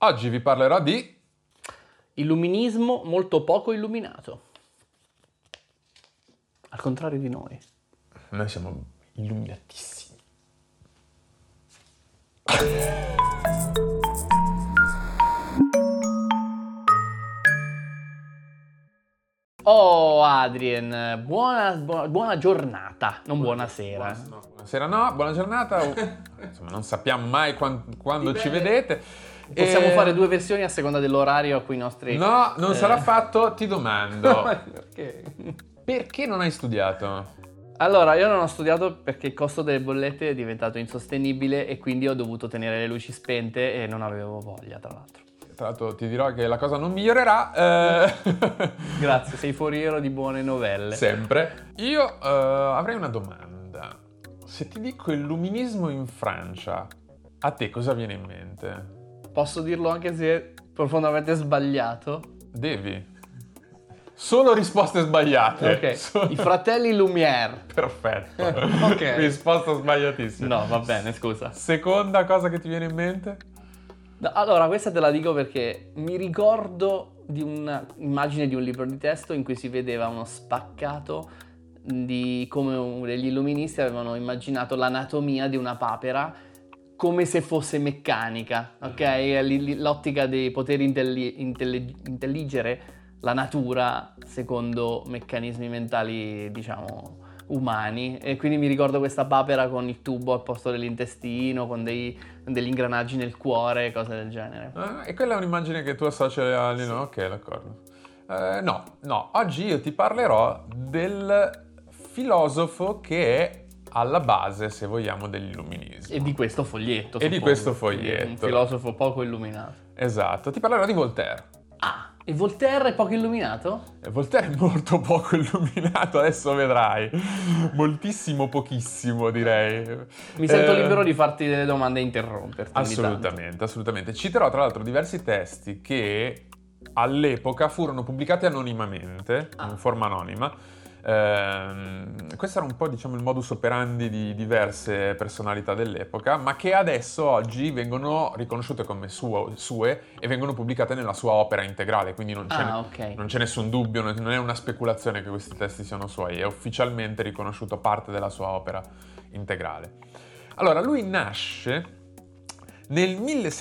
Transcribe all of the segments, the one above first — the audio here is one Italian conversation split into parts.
Oggi vi parlerò di Illuminismo molto poco illuminato. Al contrario di noi. Noi siamo illuminatissimi. Oh Adrien, buona giornata, non buonasera. Buonasera no, buona giornata. Insomma, non sappiamo mai quando ci vedete. Possiamo fare due versioni a seconda dell'orario a cui i nostri... No, non sarà fatto, ti domando. Perché? Perché non hai studiato? Allora, io non ho studiato perché il costo delle bollette è diventato insostenibile e quindi ho dovuto tenere le luci spente e non avevo voglia, tra l'altro. Tra l'altro ti dirò che la cosa non migliorerà. Grazie, sei foriero di buone novelle. Sempre. Io avrei una domanda. Se ti dico illuminismo in Francia, a te cosa viene in mente? Posso dirlo anche se è profondamente sbagliato? Devi. Solo risposte sbagliate. Ok, i fratelli Lumière. Perfetto. Ok. Risposta sbagliatissima. No, va bene, scusa. Seconda cosa che ti viene in mente? No, allora, questa te la dico perché mi ricordo di un'immagine di un libro di testo in cui si vedeva uno spaccato di come gli illuministi avevano immaginato l'anatomia di una papera come se fosse meccanica, ok? L'ottica dei poter intelligere la natura secondo meccanismi mentali, diciamo, umani, e quindi mi ricordo questa papera con il tubo al posto dell'intestino, con degli ingranaggi nel cuore, cose del genere. E quella è un'immagine che tu associ a... Sì. No, ok, d'accordo. No, oggi io ti parlerò del filosofo che è alla base, se vogliamo, dell'illuminismo. E di questo foglietto, E di suppongo. questo foglietto. Un filosofo poco illuminato. Esatto, ti parlerò di Voltaire. Ah, e Voltaire è poco illuminato? Voltaire è molto poco illuminato, adesso vedrai. Moltissimo, pochissimo, direi. Mi sento libero di farti delle domande e interromperti. ogni tanto. Assolutamente. Citerò tra l'altro diversi testi che all'epoca furono pubblicati anonimamente, in forma anonima. Questo era un po', diciamo, il modus operandi di diverse personalità dell'epoca, ma che adesso, oggi, vengono riconosciute come sue e vengono pubblicate nella sua opera integrale, quindi non c'è nessun dubbio, non è una speculazione che questi testi siano suoi, è ufficialmente riconosciuto parte della sua opera integrale. Allora, lui nasce nel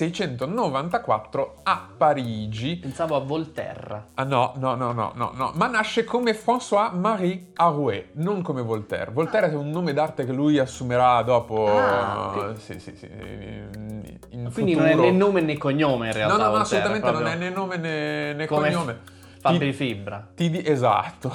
1694 a Parigi. Pensavo a Voltaire. Ah no, ma nasce come François-Marie Arouet, non come Voltaire. Voltaire è un nome d'arte che lui assumerà dopo. Sì. In Quindi futuro. non è né nome né cognome in realtà. No, Voltaire, assolutamente non proprio è né nome né come cognome. Fabri Fibra. Esatto.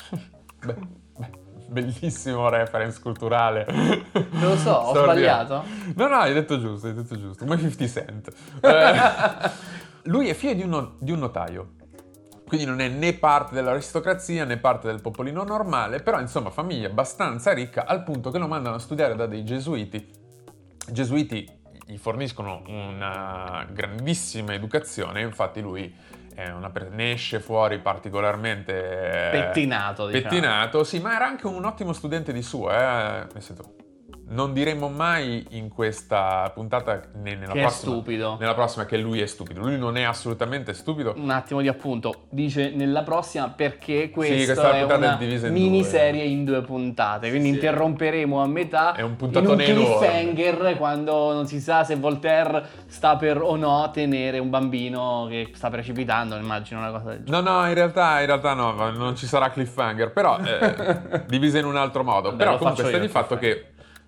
Bellissimo reference culturale. Non lo so, ho sbagliato? No, hai detto giusto. Come 50 Cent. Lui è figlio di un notaio. Quindi non è né parte dell'aristocrazia né parte del popolino normale, però insomma famiglia abbastanza ricca al punto che lo mandano a studiare da dei gesuiti. I gesuiti gli forniscono una grandissima educazione, infatti lui ne esce fuori particolarmente Pettinato, diciamo. Pettinato, sì, ma era anche un ottimo studente di suo, nel senso, non diremo mai in questa puntata né nella Che prossima, è stupido. nella prossima che lui è stupido. Lui non è assolutamente stupido. Un attimo di appunto, dice nella prossima perché questa è puntata una è divisa in miniserie in 2 puntate, quindi Sì. interromperemo a metà È un in un puntatone cliffhanger quando non si sa se Voltaire sta per o no tenere un bambino che sta precipitando, immagino una cosa del genere. No, in realtà no, non ci sarà cliffhanger, però divisa in un altro modo. Vabbè, Però lo comunque faccio sta io, di fatto che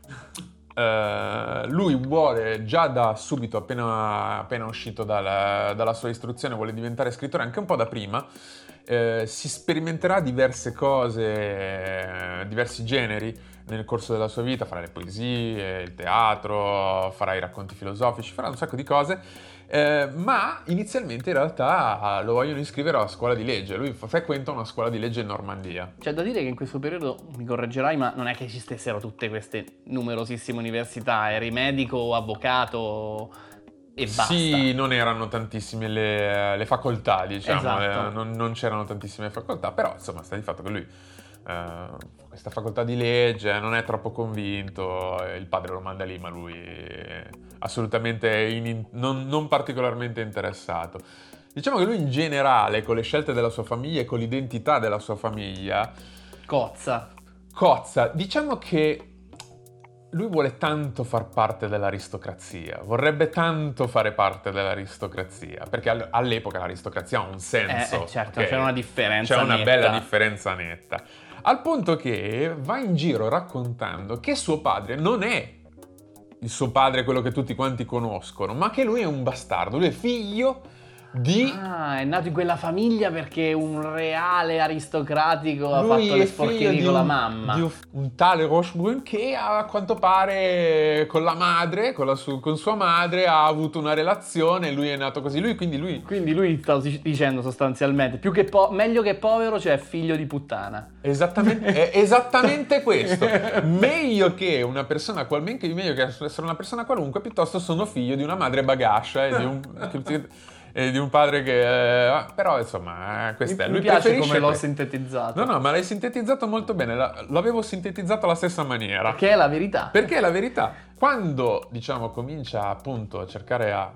lui vuole già da subito, appena uscito dalla sua istruzione, vuole diventare scrittore anche un po' da prima. Si sperimenterà diverse cose, diversi generi nel corso della sua vita, farà le poesie, il teatro, farà i racconti filosofici, farà un sacco di cose. Ma inizialmente in realtà lo vogliono iscrivere alla scuola di legge. Lui frequenta una scuola di legge in Normandia. C'è da dire che in questo periodo, mi correggerai, ma non è che esistessero tutte queste numerosissime università, eri medico o avvocato e basta. Sì, non erano tantissime le facoltà, diciamo, Esatto. non c'erano tantissime facoltà, però insomma sta di fatto che lui questa facoltà di legge, non è troppo convinto, il padre lo manda lì, ma lui assolutamente non particolarmente interessato. Diciamo che lui in generale, con le scelte della sua famiglia e con l'identità della sua famiglia, cozza. Diciamo che lui vuole tanto far parte dell'aristocrazia, vorrebbe tanto fare parte dell'aristocrazia, perché all'epoca l'aristocrazia ha un senso. Certo, okay? c'è una differenza C'è una netta. bella differenza netta. Al punto che va in giro raccontando che suo padre non è il suo padre, quello che tutti quanti conoscono, ma che lui è un bastardo, lui è figlio di... Ah, è nato in quella famiglia perché un reale aristocratico ha fatto le sporcherie con la mamma. Di un tale Rochebrune che a quanto pare con la madre, con sua madre ha avuto una relazione, lui è nato così, quindi lui sta dicendo sostanzialmente, meglio che povero, cioè figlio di puttana. Esattamente, è esattamente questo. Meglio che una persona meglio che essere una persona qualunque, piuttosto sono figlio di una madre bagascia e di un padre che... però insomma, questo è. Mi piace come l'ho sintetizzato. No, ma l'hai sintetizzato molto bene. L'avevo sintetizzato alla stessa maniera. Perché è la verità. Perché è la verità. Quando, diciamo, comincia appunto a cercare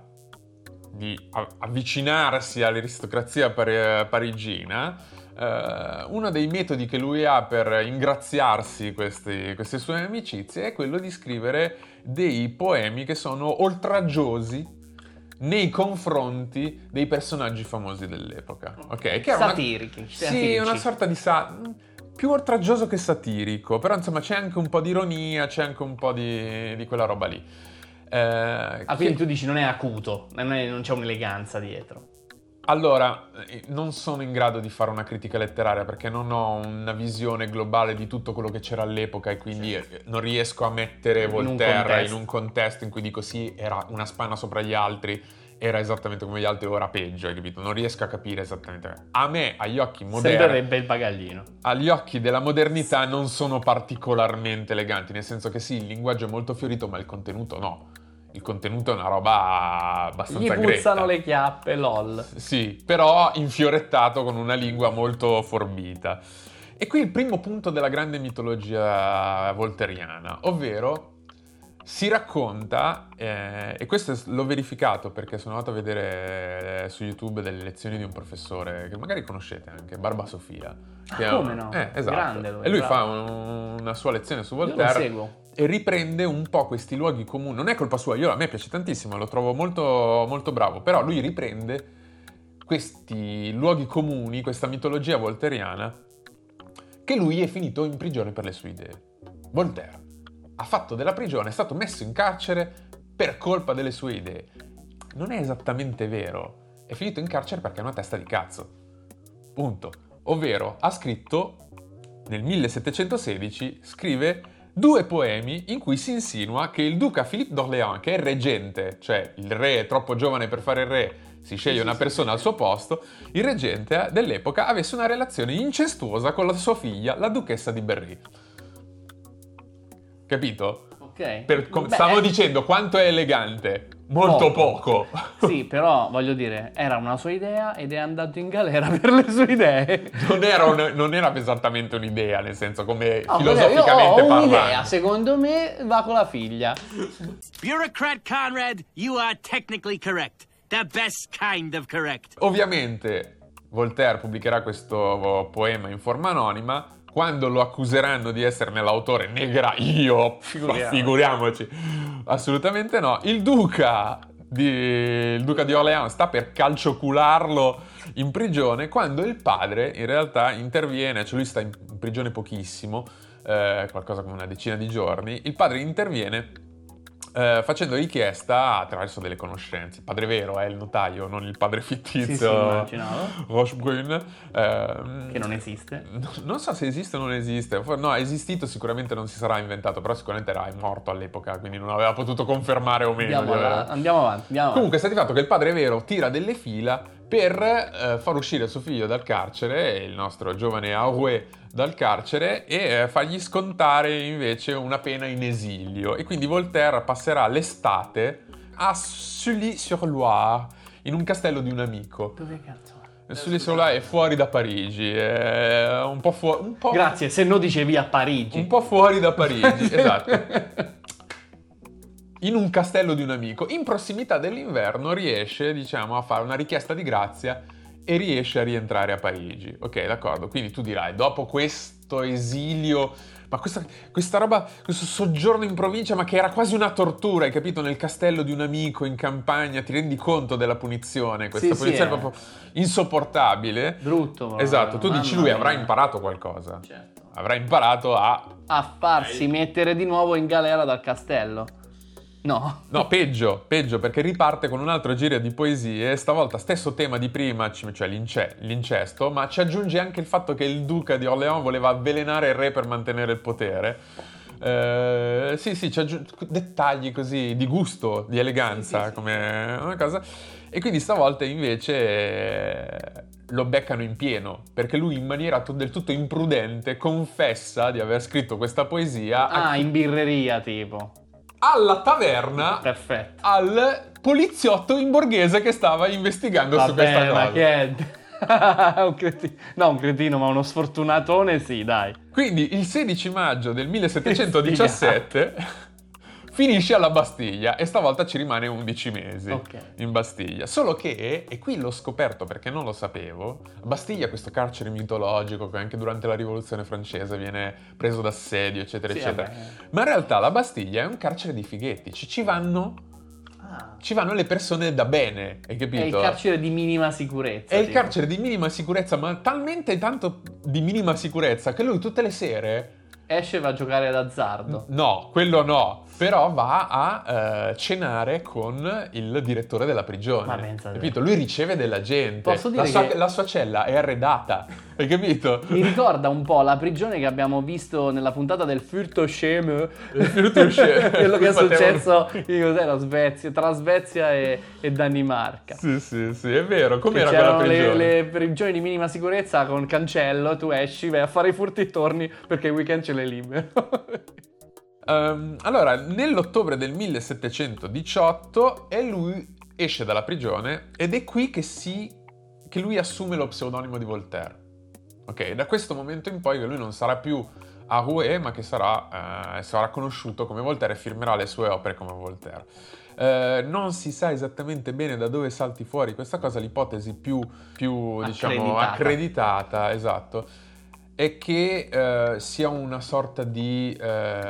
di avvicinarsi all'aristocrazia parigina, uno dei metodi che lui ha per ingraziarsi queste sue amicizie è quello di scrivere dei poemi che sono oltraggiosi nei confronti dei personaggi famosi dell'epoca, ok? Che era satirici. Sì, una sorta di più oltraggioso che satirico, però insomma c'è anche un po' di ironia, c'è anche un po' di quella roba lì. Quindi tu dici non è acuto, non c'è un'eleganza dietro. Allora, non sono in grado di fare una critica letteraria perché non ho una visione globale di tutto quello che c'era all'epoca e quindi non riesco a mettere Voltaire in un contesto in cui dico sì, era una spanna sopra gli altri, era esattamente come gli altri, ora peggio, hai capito? Non riesco a capire esattamente. A me, agli occhi moderni... Sembrerebbe il bagaglino. Agli occhi della modernità non sono particolarmente eleganti, nel senso che sì, il linguaggio è molto fiorito, ma il contenuto no. Il contenuto è una roba abbastanza gretta. Gli puzzano le chiappe, lol. Sì, però infiorettato con una lingua molto forbita. E qui il primo punto della grande mitologia voltairiana, ovvero si racconta, e questo l'ho verificato perché sono andato a vedere su YouTube delle lezioni di un professore che magari conoscete anche, Barba Sofia. Come no? Esatto. Grande lui. E lui fa una sua lezione su Voltaire. Io lo seguo. E riprende un po' questi luoghi comuni. Non è colpa sua, a me piace tantissimo, lo trovo molto, molto bravo, però lui riprende questi luoghi comuni, questa mitologia voltairiana, che lui è finito in prigione per le sue idee. Voltaire ha fatto della prigione, è stato messo in carcere per colpa delle sue idee. Non è esattamente vero, è finito in carcere perché è una testa di cazzo. Punto. Ovvero, ha scritto, nel 1716, scrive 2 poemi in cui si insinua che il duca Philippe d'Orléans, che è il reggente, cioè il re è troppo giovane per fare il re, si sceglie una persona al suo posto, il reggente dell'epoca avesse una relazione incestuosa con la sua figlia, la duchessa di Berry. Capito? Ok. Stavo dicendo quanto è elegante. Molto poco. Sì, però voglio dire, era una sua idea ed è andato in galera per le sue idee. Non era esattamente un'idea, nel senso come filosoficamente io ho un'idea, parlando. Secondo me va con la figlia. Bureaucrat Conrad, you are technically correct. The best kind of correct. Ovviamente Voltaire pubblicherà questo poema in forma anonima. Quando lo accuseranno di esserne l'autore, negherà figuriamoci. Assolutamente no. Il duca di Orléans sta per calciocularlo in prigione quando il padre in realtà interviene, cioè lui sta in prigione pochissimo, qualcosa come una decina di giorni. Il padre interviene facendo richiesta attraverso delle conoscenze. Il padre vero è il notaio, non il padre fittizio. Sì, immaginavo. Rochebrune. Che non esiste. Non so se esiste o non esiste. No, è esistito, sicuramente non si sarà inventato, però sicuramente è morto all'epoca, quindi non aveva potuto confermare o meno. Andiamo avanti. Comunque sta di fatto che il padre vero tira delle fila per far uscire suo figlio dal carcere, il nostro giovane Arouet dal carcere, e fargli scontare invece una pena in esilio. E quindi Voltaire passerà l'estate a Sully-sur-Loire, in un castello di un amico. Dove cazzo? Sull'isola è fuori da Parigi, è un po' fuori... Grazie, se no dicevi a Parigi. Un po' fuori da Parigi, esatto. In un castello di un amico, in prossimità dell'inverno, riesce, diciamo, a fare una richiesta di grazia e riesce a rientrare a Parigi. Ok, d'accordo. Quindi tu dirai, dopo questo esilio, ma questa roba, questo soggiorno in provincia, ma che era quasi una tortura, hai capito? Nel castello di un amico in campagna, ti rendi conto della punizione? Questa punizione è proprio insopportabile. Brutto. Esatto, tu dici lui avrà imparato qualcosa. Certo. Avrà imparato a farsi mettere di nuovo in galera dal castello. No, peggio, perché riparte con un altro giro di poesie, stavolta stesso tema di prima, cioè l'incesto, ma ci aggiunge anche il fatto che il duca di Orléans voleva avvelenare il re per mantenere il potere. Sì, ci aggiunge dettagli così di gusto, di eleganza, come una cosa. E quindi stavolta invece lo beccano in pieno, perché lui in maniera del tutto imprudente confessa di aver scritto questa poesia in birreria tipo. Alla taverna, perfetto, al poliziotto in borghese che stava investigando su questa cosa. Ma che è? Un cretino, ma uno sfortunatone, sì, dai. Quindi il 16 maggio del 1717 finisce alla Bastiglia e stavolta ci rimane 11 mesi in Bastiglia. Solo che, e qui l'ho scoperto perché non lo sapevo, Bastiglia, questo carcere mitologico che anche durante la Rivoluzione francese viene preso d'assedio, eccetera, eccetera. Ma in realtà la Bastiglia è un carcere di fighetti, ci vanno le persone da bene, hai capito? È il carcere di minima sicurezza. È il carcere di minima sicurezza, ma talmente tanto di minima sicurezza che lui tutte le sere esce e va a giocare d'azzardo. No, quello no. Però va a cenare con il direttore della prigione. Ma pensate. Capito? Lui riceve della gente. Posso dire la sua cella è arredata. Hai capito? Mi ricorda un po' la prigione che abbiamo visto nella puntata del Fürtosheim. Quello che è successo cos'era, Svezia, tra Svezia e Danimarca. Sì, è vero. Com'era quella prigione? Le prigioni di minima sicurezza con cancello, tu esci, vai a fare i furti e torni perché il weekend ce l'hai libero. Allora, nell'ottobre del 1718 lui esce dalla prigione ed è qui che lui assume lo pseudonimo di Voltaire. Ok, da questo momento in poi che lui non sarà più a Rouet, ma che sarà conosciuto come Voltaire e firmerà le sue opere come Voltaire. Non si sa esattamente bene da dove salti fuori questa cosa, l'ipotesi più diciamo accreditata, esatto, è che sia una sorta di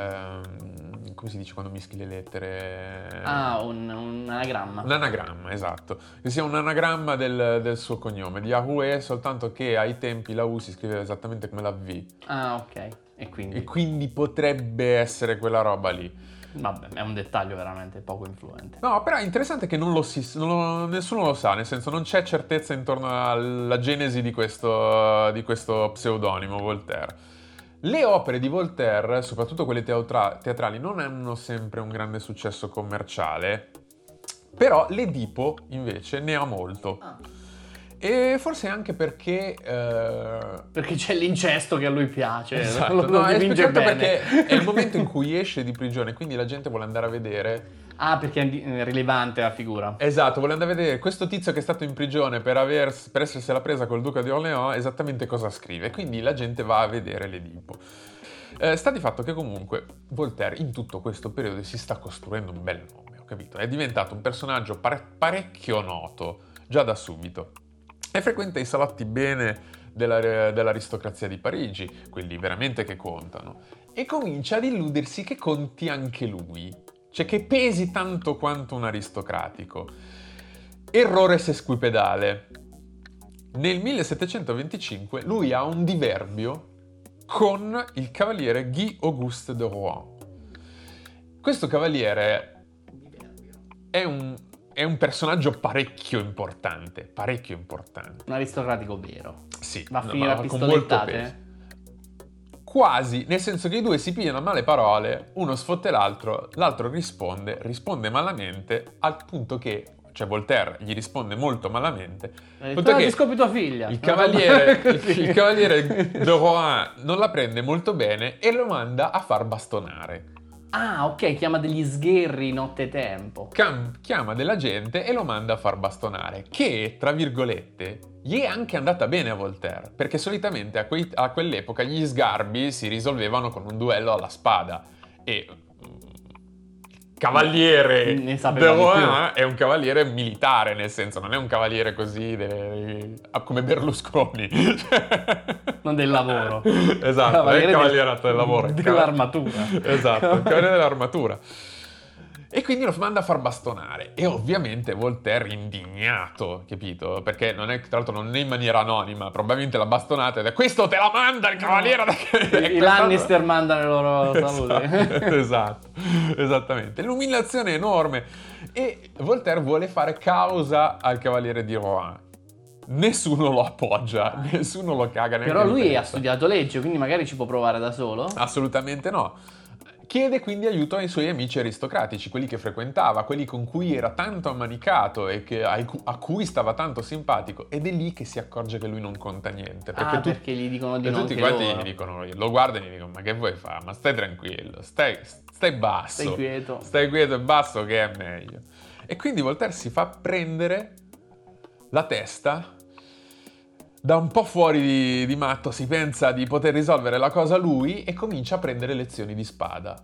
come si dice quando mischi le lettere? Un anagramma. Un anagramma, esatto. Che sia un anagramma del suo cognome, di Arouet, soltanto che ai tempi la U si scriveva esattamente come la V. Ok. E quindi potrebbe essere quella roba lì. Vabbè, è un dettaglio veramente poco influente. No, però è interessante che nessuno lo sa, nel senso non c'è certezza intorno alla genesi di questo pseudonimo Voltaire. Le opere di Voltaire, soprattutto quelle teatrali, non hanno sempre un grande successo commerciale, però l'Edipo invece ne ha molto. E forse anche perché c'è l'incesto che a lui piace. Esatto, è perché è il momento in cui esce di prigione, quindi la gente vuole andare a vedere. Perché è rilevante la figura. Esatto, vuole andare a vedere questo tizio che è stato in prigione per essersela presa col duca di Orléans, esattamente cosa scrive. Quindi la gente va a vedere l'Edipo. Sta di fatto che comunque Voltaire in tutto questo periodo si sta costruendo un bel nome, ho capito? È diventato un personaggio parecchio noto, già da subito. E frequenta i salotti bene dell'aristocrazia di Parigi, quelli veramente che contano, e comincia ad illudersi che conti anche lui, cioè che pesi tanto quanto un aristocratico. Errore sesquipedale. Nel 1725 lui ha un diverbio con il cavaliere Guy Auguste de Rohan. Questo cavaliere è un personaggio parecchio importante. Un aristocratico vero. Sì. Va a finire a pistolettate? Quasi, nel senso che i due si pigliano a male parole, uno sfotte l'altro risponde malamente, al punto che, cioè Voltaire gli risponde molto malamente. Ti scopi tua figlia. Il cavaliere de Rohan non la prende molto bene e lo manda a far bastonare. Ah, ok, chiama degli sgherri nottetempo. Chiama della gente e lo manda a far bastonare, che, tra virgolette, gli è anche andata bene a Voltaire, perché solitamente a quell'epoca gli sgarbi si risolvevano con un duello alla spada, e cavaliere Ne sapeva de di Rohan è un cavaliere militare, nel senso, non è un cavaliere così come Berlusconi. Non del lavoro. Esatto, è il cavaliere del lavoro. Dell'armatura. Esatto, il cavaliere dell'armatura. E quindi lo manda a far bastonare. E ovviamente Voltaire indignato, capito? Perché non è, tra l'altro non è in maniera anonima, probabilmente la bastonata ed è questo te la manda il cavaliere I Lannister mandano le loro saluti. Esatto, esattamente. L'umiliazione è enorme. E Voltaire vuole fare causa al cavaliere di Rohan. Nessuno lo appoggia, nessuno lo caga neanche. Però di lui testa. ha studiato legge, quindi magari ci può provare da solo. Assolutamente no. Chiede quindi aiuto ai suoi amici aristocratici, quelli che frequentava, quelli con cui era tanto ammanicato e a cui stava tanto simpatico. Ed è lì che si accorge che lui non conta niente. Perché gli dicono di no tutti anche quanti loro. gli dicono, lo guardano e gli dicono, ma che vuoi fare? Ma stai tranquillo, stai basso. Stai quieto. Stai quieto e basso che è meglio. E quindi Voltaire si fa prendere la testa da un po' fuori di matto, si pensa di poter risolvere la cosa lui e comincia a prendere lezioni di spada.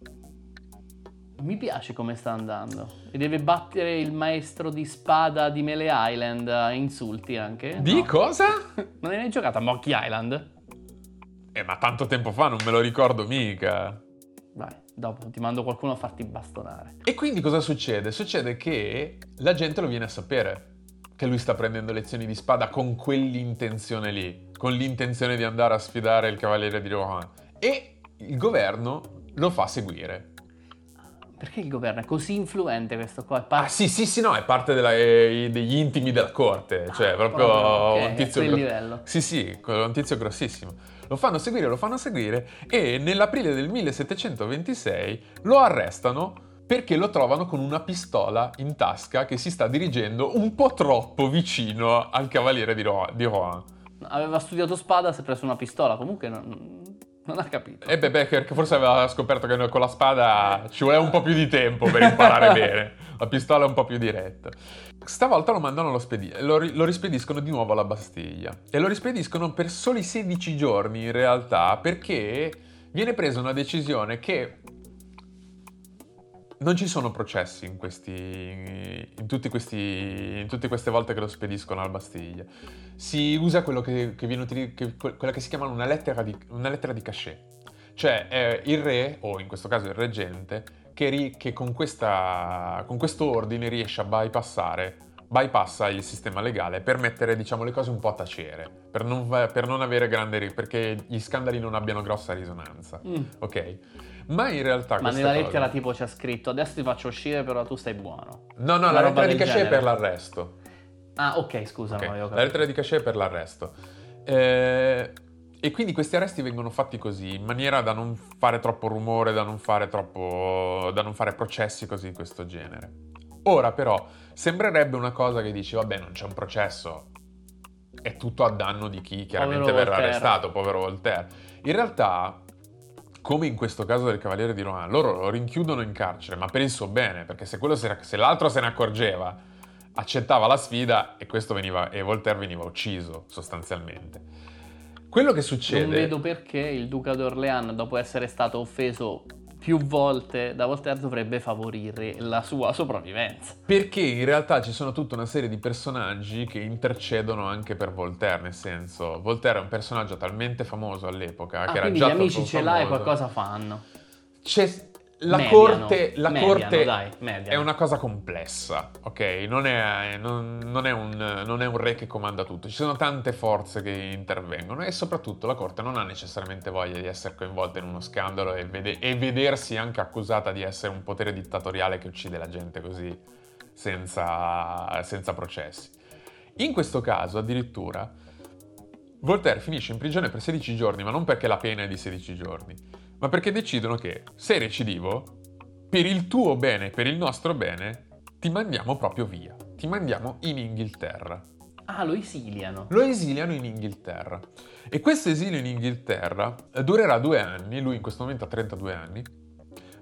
Mi piace come sta andando. E deve battere il maestro di spada di Melee Island a insulti anche. Di No. cosa? Non hai mai giocato a Monkey Island? Ma tanto tempo fa non me lo ricordo mica. Vai, dopo ti mando qualcuno a farti bastonare. E quindi cosa succede? Succede che la gente lo viene a sapere che lui sta prendendo lezioni di spada con quell'intenzione lì, con l'intenzione di andare a sfidare il cavaliere di Rohan. E il governo lo fa seguire. Perché il governo è così influente questo qua? Sì, no, è parte degli intimi della corte, cioè proprio ok, un tizio a quel livello. Sì, un tizio grossissimo. Lo fanno seguire e nell'aprile del 1726 lo arrestano perché lo trovano con una pistola in tasca che si sta dirigendo un po' troppo vicino al cavaliere di Rohan. Aveva studiato spada, si è preso una pistola, comunque non ha capito. E perché forse aveva scoperto che con la spada ci voleva un po' più di tempo per imparare bene. La pistola è un po' più diretta. Stavolta lo mandano lo rispediscono di nuovo alla Bastiglia. E lo rispediscono per soli 16 giorni in realtà, perché viene presa una decisione che non ci sono processi in tutte queste volte che lo spediscono alla Bastiglia. Si usa quello quella che si chiama una lettera di cachet. Cioè è il re, o in questo caso il reggente, che con questo ordine riesce a bypassa il sistema legale per mettere, diciamo, le cose un po' a tacere, per non avere perché gli scandali non abbiano grossa risonanza. Ok? Ma in realtà Ma nella lettera tipo c'è scritto adesso ti faccio uscire però tu stai buono. No, Una la roba lettera di del cachet è genere. per l'arresto. Ah, ok, scusa, Ok, non avevo la capito. lettera di cachet è per l'arresto. E quindi questi arresti vengono fatti così, in maniera da non fare troppo rumore, da non fare processi così di questo genere. Ora però sembrerebbe una cosa che dici, vabbè, non c'è un processo, è tutto a danno di chi chiaramente Povero verrà Voltaire. arrestato, povero Voltaire. In realtà, come in questo caso del Cavaliere di Rohan, loro lo rinchiudono in carcere, ma per il suo bene, perché se l'altro se ne accorgeva, accettava la sfida e Voltaire veniva ucciso sostanzialmente. Quello che succede... Non vedo perché il duca d'Orléans, dopo essere stato offeso più volte da Voltaire, dovrebbe favorire la sua sopravvivenza. Perché in realtà ci sono tutta una serie di personaggi che intercedono anche per Voltaire, nel senso, Voltaire è un personaggio talmente famoso all'epoca, che era Quindi già gli amici troppo ce l'hai e famoso. qualcosa fanno. C'è la Mediano. corte Mediano. è una cosa complessa, ok? Non è un re che comanda tutto, ci sono tante forze che intervengono e soprattutto la corte non ha necessariamente voglia di essere coinvolta in uno scandalo e vedersi anche accusata di essere un potere dittatoriale che uccide la gente così senza processi. In questo caso addirittura Voltaire finisce in prigione per 16 giorni, ma non perché la pena è di 16 giorni, ma perché decidono che, sei recidivo, per il tuo bene, per il nostro bene, ti mandiamo proprio via. Ti mandiamo in Inghilterra. Ah, lo esiliano. Lo esiliano in Inghilterra. E questo esilio in Inghilterra durerà 2 anni, lui in questo momento ha 32 anni,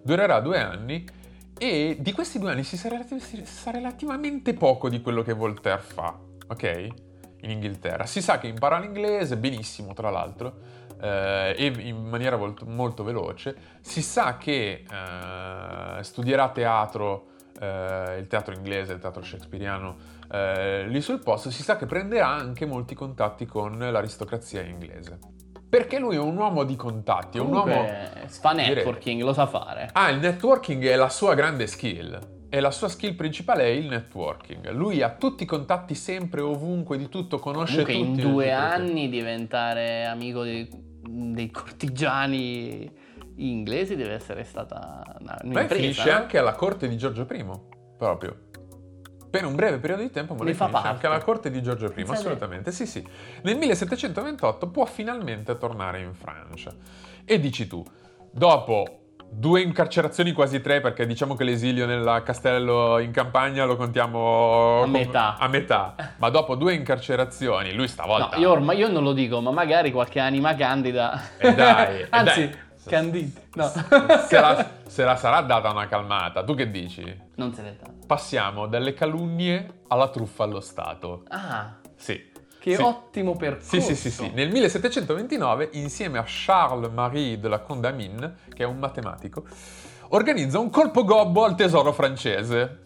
durerà 2 anni e di questi 2 anni si sa relativamente poco di quello che Voltaire fa, ok? In Inghilterra. Si sa che impara l'inglese benissimo, tra l'altro, e in maniera molto veloce. Si sa che studierà teatro, il teatro inglese, il teatro shakespeariano, lì sul posto. Si sa che prenderà anche molti contatti con l'aristocrazia inglese. Perché lui è un uomo di contatti, Comunque, è un uomo... fa networking, lo sa fare. Il networking è la sua grande skill. E la sua skill principale è il networking. Lui ha tutti i contatti sempre, ovunque, di tutto, conosce Comunque tutti. in 2 anni diventare amico dei cortigiani inglesi deve essere stata un'impresa. Finisce anche alla corte di Giorgio I, proprio. Per un breve periodo di tempo, ma Ne fa finisce parte. anche alla corte di Giorgio I, Pensate. assolutamente. Sì. Nel 1728 può finalmente tornare in Francia. E dici tu, dopo 2 incarcerazioni, quasi 3, perché diciamo che l'esilio nel castello in campagna lo contiamo A metà. ma dopo 2 incarcerazioni, lui stavolta... No, io non lo dico, ma magari qualche anima candida. Dai, Anzi, dai. canditi. No. Se la sarà data una calmata, tu che dici? Non se l'è data. Passiamo dalle calunnie alla truffa allo Stato. Ah, Sì. che Sì. ottimo percorso. Sì. Nel 1729, insieme a Charles-Marie de la Condamine, che è un matematico, organizza un colpo gobbo al tesoro francese.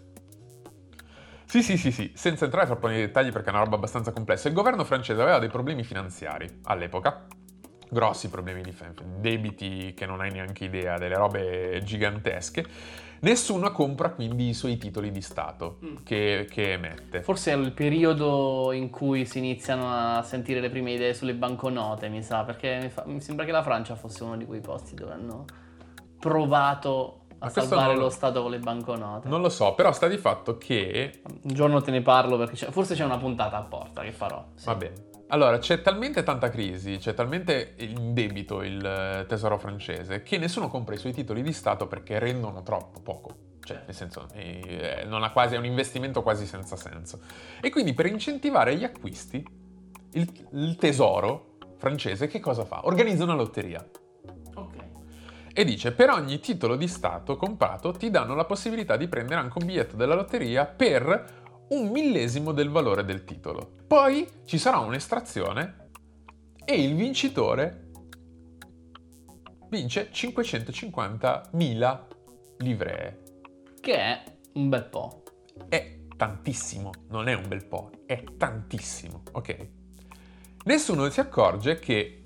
Sì, senza entrare troppo nei dettagli perché è una roba abbastanza complessa. Il governo francese aveva dei problemi finanziari all'epoca, grossi problemi di debiti che non hai neanche idea, delle robe gigantesche. Nessuno compra quindi i suoi titoli di Stato che emette. Forse è il periodo in cui si iniziano a sentire le prime idee sulle banconote, mi sa, perché mi sembra che la Francia fosse uno di quei posti dove hanno provato a Ma questo salvare non- lo Stato con le banconote. Non lo so, però sta di fatto che... Un giorno te ne parlo perché forse c'è una puntata apposta che farò. Sì. Va bene. Allora, c'è talmente tanta crisi, c'è talmente in debito il tesoro francese che nessuno compra i suoi titoli di Stato perché rendono troppo poco. Cioè, nel senso, non ha quasi, è un investimento quasi senza senso. E quindi per incentivare gli acquisti, il tesoro francese che cosa fa? Organizza una lotteria. Ok. E dice, per ogni titolo di Stato comprato ti danno la possibilità di prendere anche un biglietto della lotteria per 1/1000 del valore del titolo. Poi ci sarà un'estrazione e il vincitore vince 550.000 livree. Che è un bel po'. È tantissimo, non è un bel po', è tantissimo, ok? Nessuno si accorge che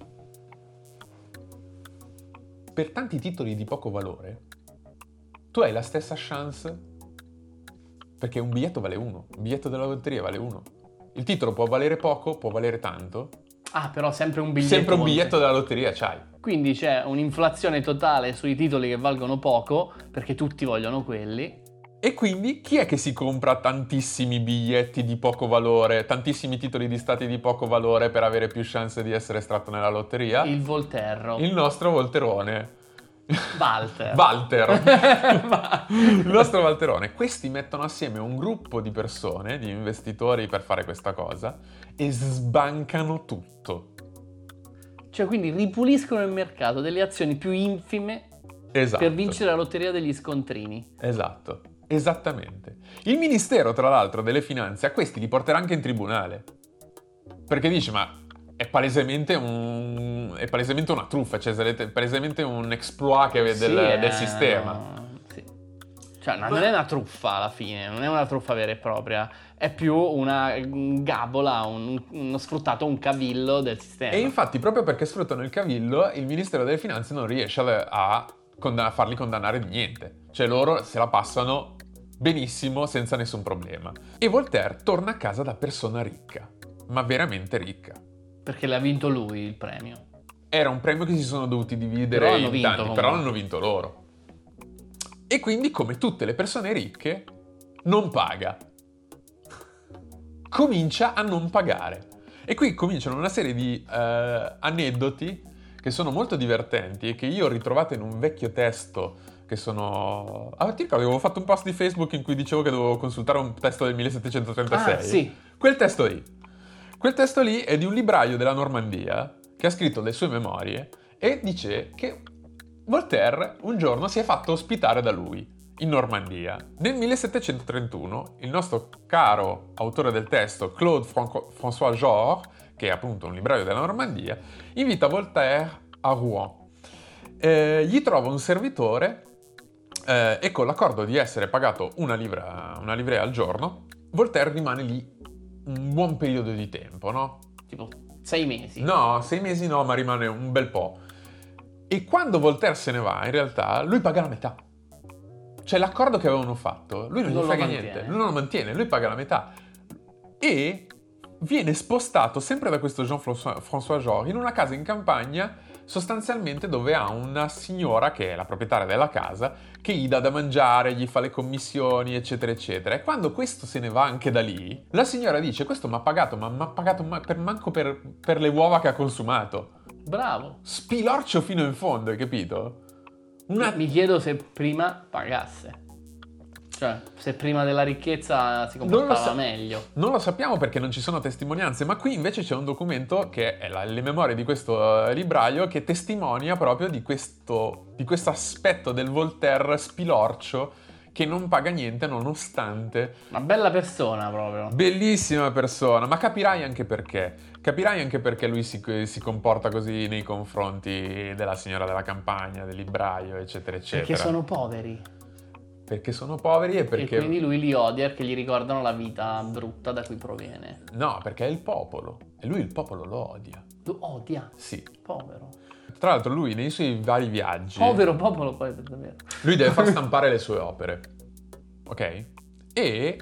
per tanti titoli di poco valore tu hai la stessa chance, perché un biglietto vale 1, un biglietto della lotteria vale 1. Il titolo può valere poco, può valere tanto. Ah, però sempre un biglietto. Sempre un conta. biglietto della lotteria c'hai. Quindi c'è un'inflazione totale sui titoli che valgono poco, perché tutti vogliono quelli. E quindi chi è che si compra tantissimi biglietti di poco valore, tantissimi titoli di stati di poco valore per avere più chance di essere estratto nella lotteria? Il Volterro. Il nostro Volterone. Walter. Il nostro Valterone. Questi mettono assieme un gruppo di persone, di investitori per fare questa cosa e sbancano tutto. Cioè, quindi ripuliscono il mercato delle azioni più infime Esatto. per vincere la lotteria degli scontrini. Esatto. Esattamente. Il Ministero, tra l'altro, delle Finanze a questi li porterà anche in tribunale. Perché dice, ma è palesemente una truffa, cioè è palesemente un exploit del sistema. Sì. Cioè, non è una truffa alla fine, non è una truffa vera e propria, è più una gabola, uno sfruttato, un cavillo del sistema. E infatti, proprio perché sfruttano il cavillo, il Ministero delle Finanze non riesce a farli condannare di niente. Cioè loro se la passano benissimo senza nessun problema. E Voltaire torna a casa da persona ricca, ma veramente ricca. Perché l'ha vinto lui il premio. Era un premio che si sono dovuti dividere Però hanno in vinto, tanti, comunque. però l'hanno vinto loro. E quindi, come tutte le persone ricche, non paga. Comincia a non pagare. E qui cominciano una serie di aneddoti che sono molto divertenti e che io ho ritrovato in un vecchio testo che sono... ti ricordi, avevo fatto un post di Facebook in cui dicevo che dovevo consultare un testo del 1736? Ah, sì. Quel testo lì è di un libraio della Normandia che ha scritto le sue memorie e dice che Voltaire un giorno si è fatto ospitare da lui in Normandia. Nel 1731 il nostro caro autore del testo, Claude François Georges, che è appunto un libraio della Normandia, invita Voltaire a Rouen. Gli trova un servitore e con l'accordo di essere pagato una livrea al giorno, Voltaire rimane lì un buon periodo di tempo, no? Tipo 6 mesi. No, 6 mesi no, ma rimane un bel po'. E quando Voltaire se ne va, in realtà, lui paga la metà. Cioè l'accordo che avevano fatto, lui non gli frega niente, lui non lo mantiene, lui paga la metà. E viene spostato sempre da questo Jean-François Georges in una casa in campagna, sostanzialmente dove ha una signora che è la proprietaria della casa, che gli dà da mangiare, gli fa le commissioni, eccetera, eccetera. E quando questo se ne va anche da lì, la signora dice: questo mi ha pagato, ma mi ha pagato manco per le uova che ha consumato. Bravo. Spilorcio fino in fondo, hai capito? Mi chiedo se prima pagasse. Cioè, se prima della ricchezza si comportava meglio. Non lo sappiamo perché non ci sono testimonianze, ma qui invece c'è un documento che è le memorie di questo libraio che testimonia proprio di questo aspetto del Voltaire spilorcio che non paga niente nonostante. Una bella persona proprio. Bellissima persona, ma capirai anche perché. Capirai anche perché lui si comporta così nei confronti della signora della campagna, del libraio, eccetera, eccetera. Perché sono poveri. Perché sono poveri e perché... E quindi lui li odia perché gli ricordano la vita brutta da cui proviene. No, perché è il popolo. E lui il popolo lo odia. Lo odia? Sì. Povero. Tra l'altro lui nei suoi vari viaggi... Povero popolo poi, per davvero. Lui deve far stampare le sue opere. Ok? E...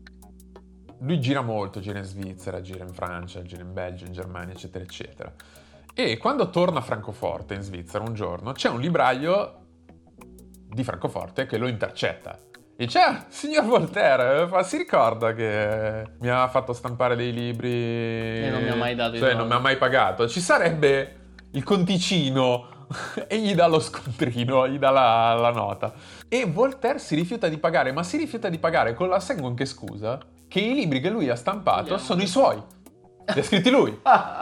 lui gira molto, gira in Svizzera, gira in Francia, gira in Belgio, in Germania, eccetera, eccetera. E quando torna a Francoforte, in Svizzera, un giorno, c'è un libraio di Francoforte che lo intercetta. E dice: ah, signor Voltaire, si ricorda che mi ha fatto stampare dei libri e non mi ha mai dato i cioè, soldi. non mi ha mai pagato. Ci sarebbe il conticino e gli dà lo scontrino, gli dà la nota. E Voltaire si rifiuta di pagare, ma si rifiuta di pagare con la sangue scusa che i libri che lui ha stampato sono i suoi. Li ha scritti lui.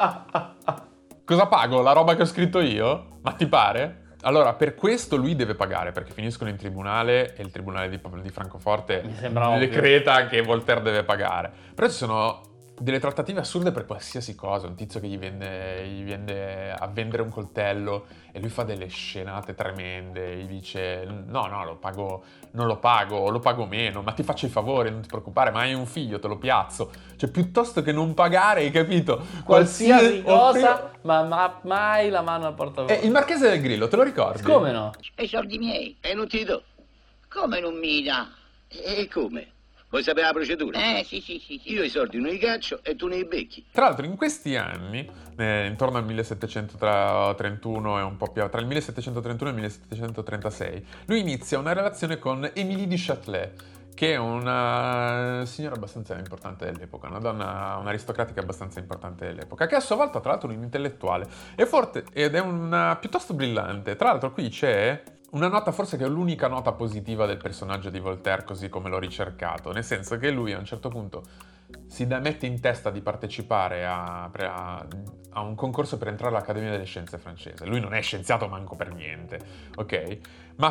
Cosa pago? La roba che ho scritto io? Ma ti pare? Allora, per questo lui deve pagare, perché finiscono in tribunale e il tribunale di Francoforte decreta che Voltaire deve pagare. Però ci sono delle trattative assurde per qualsiasi cosa. Un tizio che gli vende a vendere un coltello e lui fa delle scenate tremende, gli dice no, non lo pago, o lo pago meno, ma ti faccio i favori, non ti preoccupare, ma hai un figlio, te lo piazzo. Cioè, piuttosto che non pagare, hai capito? Qualsiasi cosa, ma mai la mano al portafoglio. Il Marchese del Grillo, te lo ricordi? Come no? E i soldi miei? E non ti do. Come non mi dà? E come? Vuoi sapere la procedura? Sì. Io i soldi non li caccio e tu ne becchi. Tra l'altro in questi anni, intorno al 1731 e un po' più, tra il 1731 e il 1736, lui inizia una relazione con Émilie du Châtelet, che è una signora abbastanza importante dell'epoca, una donna, un'aristocratica abbastanza importante dell'epoca, che a sua volta tra l'altro è un intellettuale, è forte ed è una piuttosto brillante. Tra l'altro qui c'è una nota, forse che è l'unica nota positiva del personaggio di Voltaire, così come l'ho ricercato, nel senso che lui a un certo punto mette in testa di partecipare a un concorso per entrare all'Accademia delle Scienze francese. Lui non è scienziato manco per niente, ok? Ma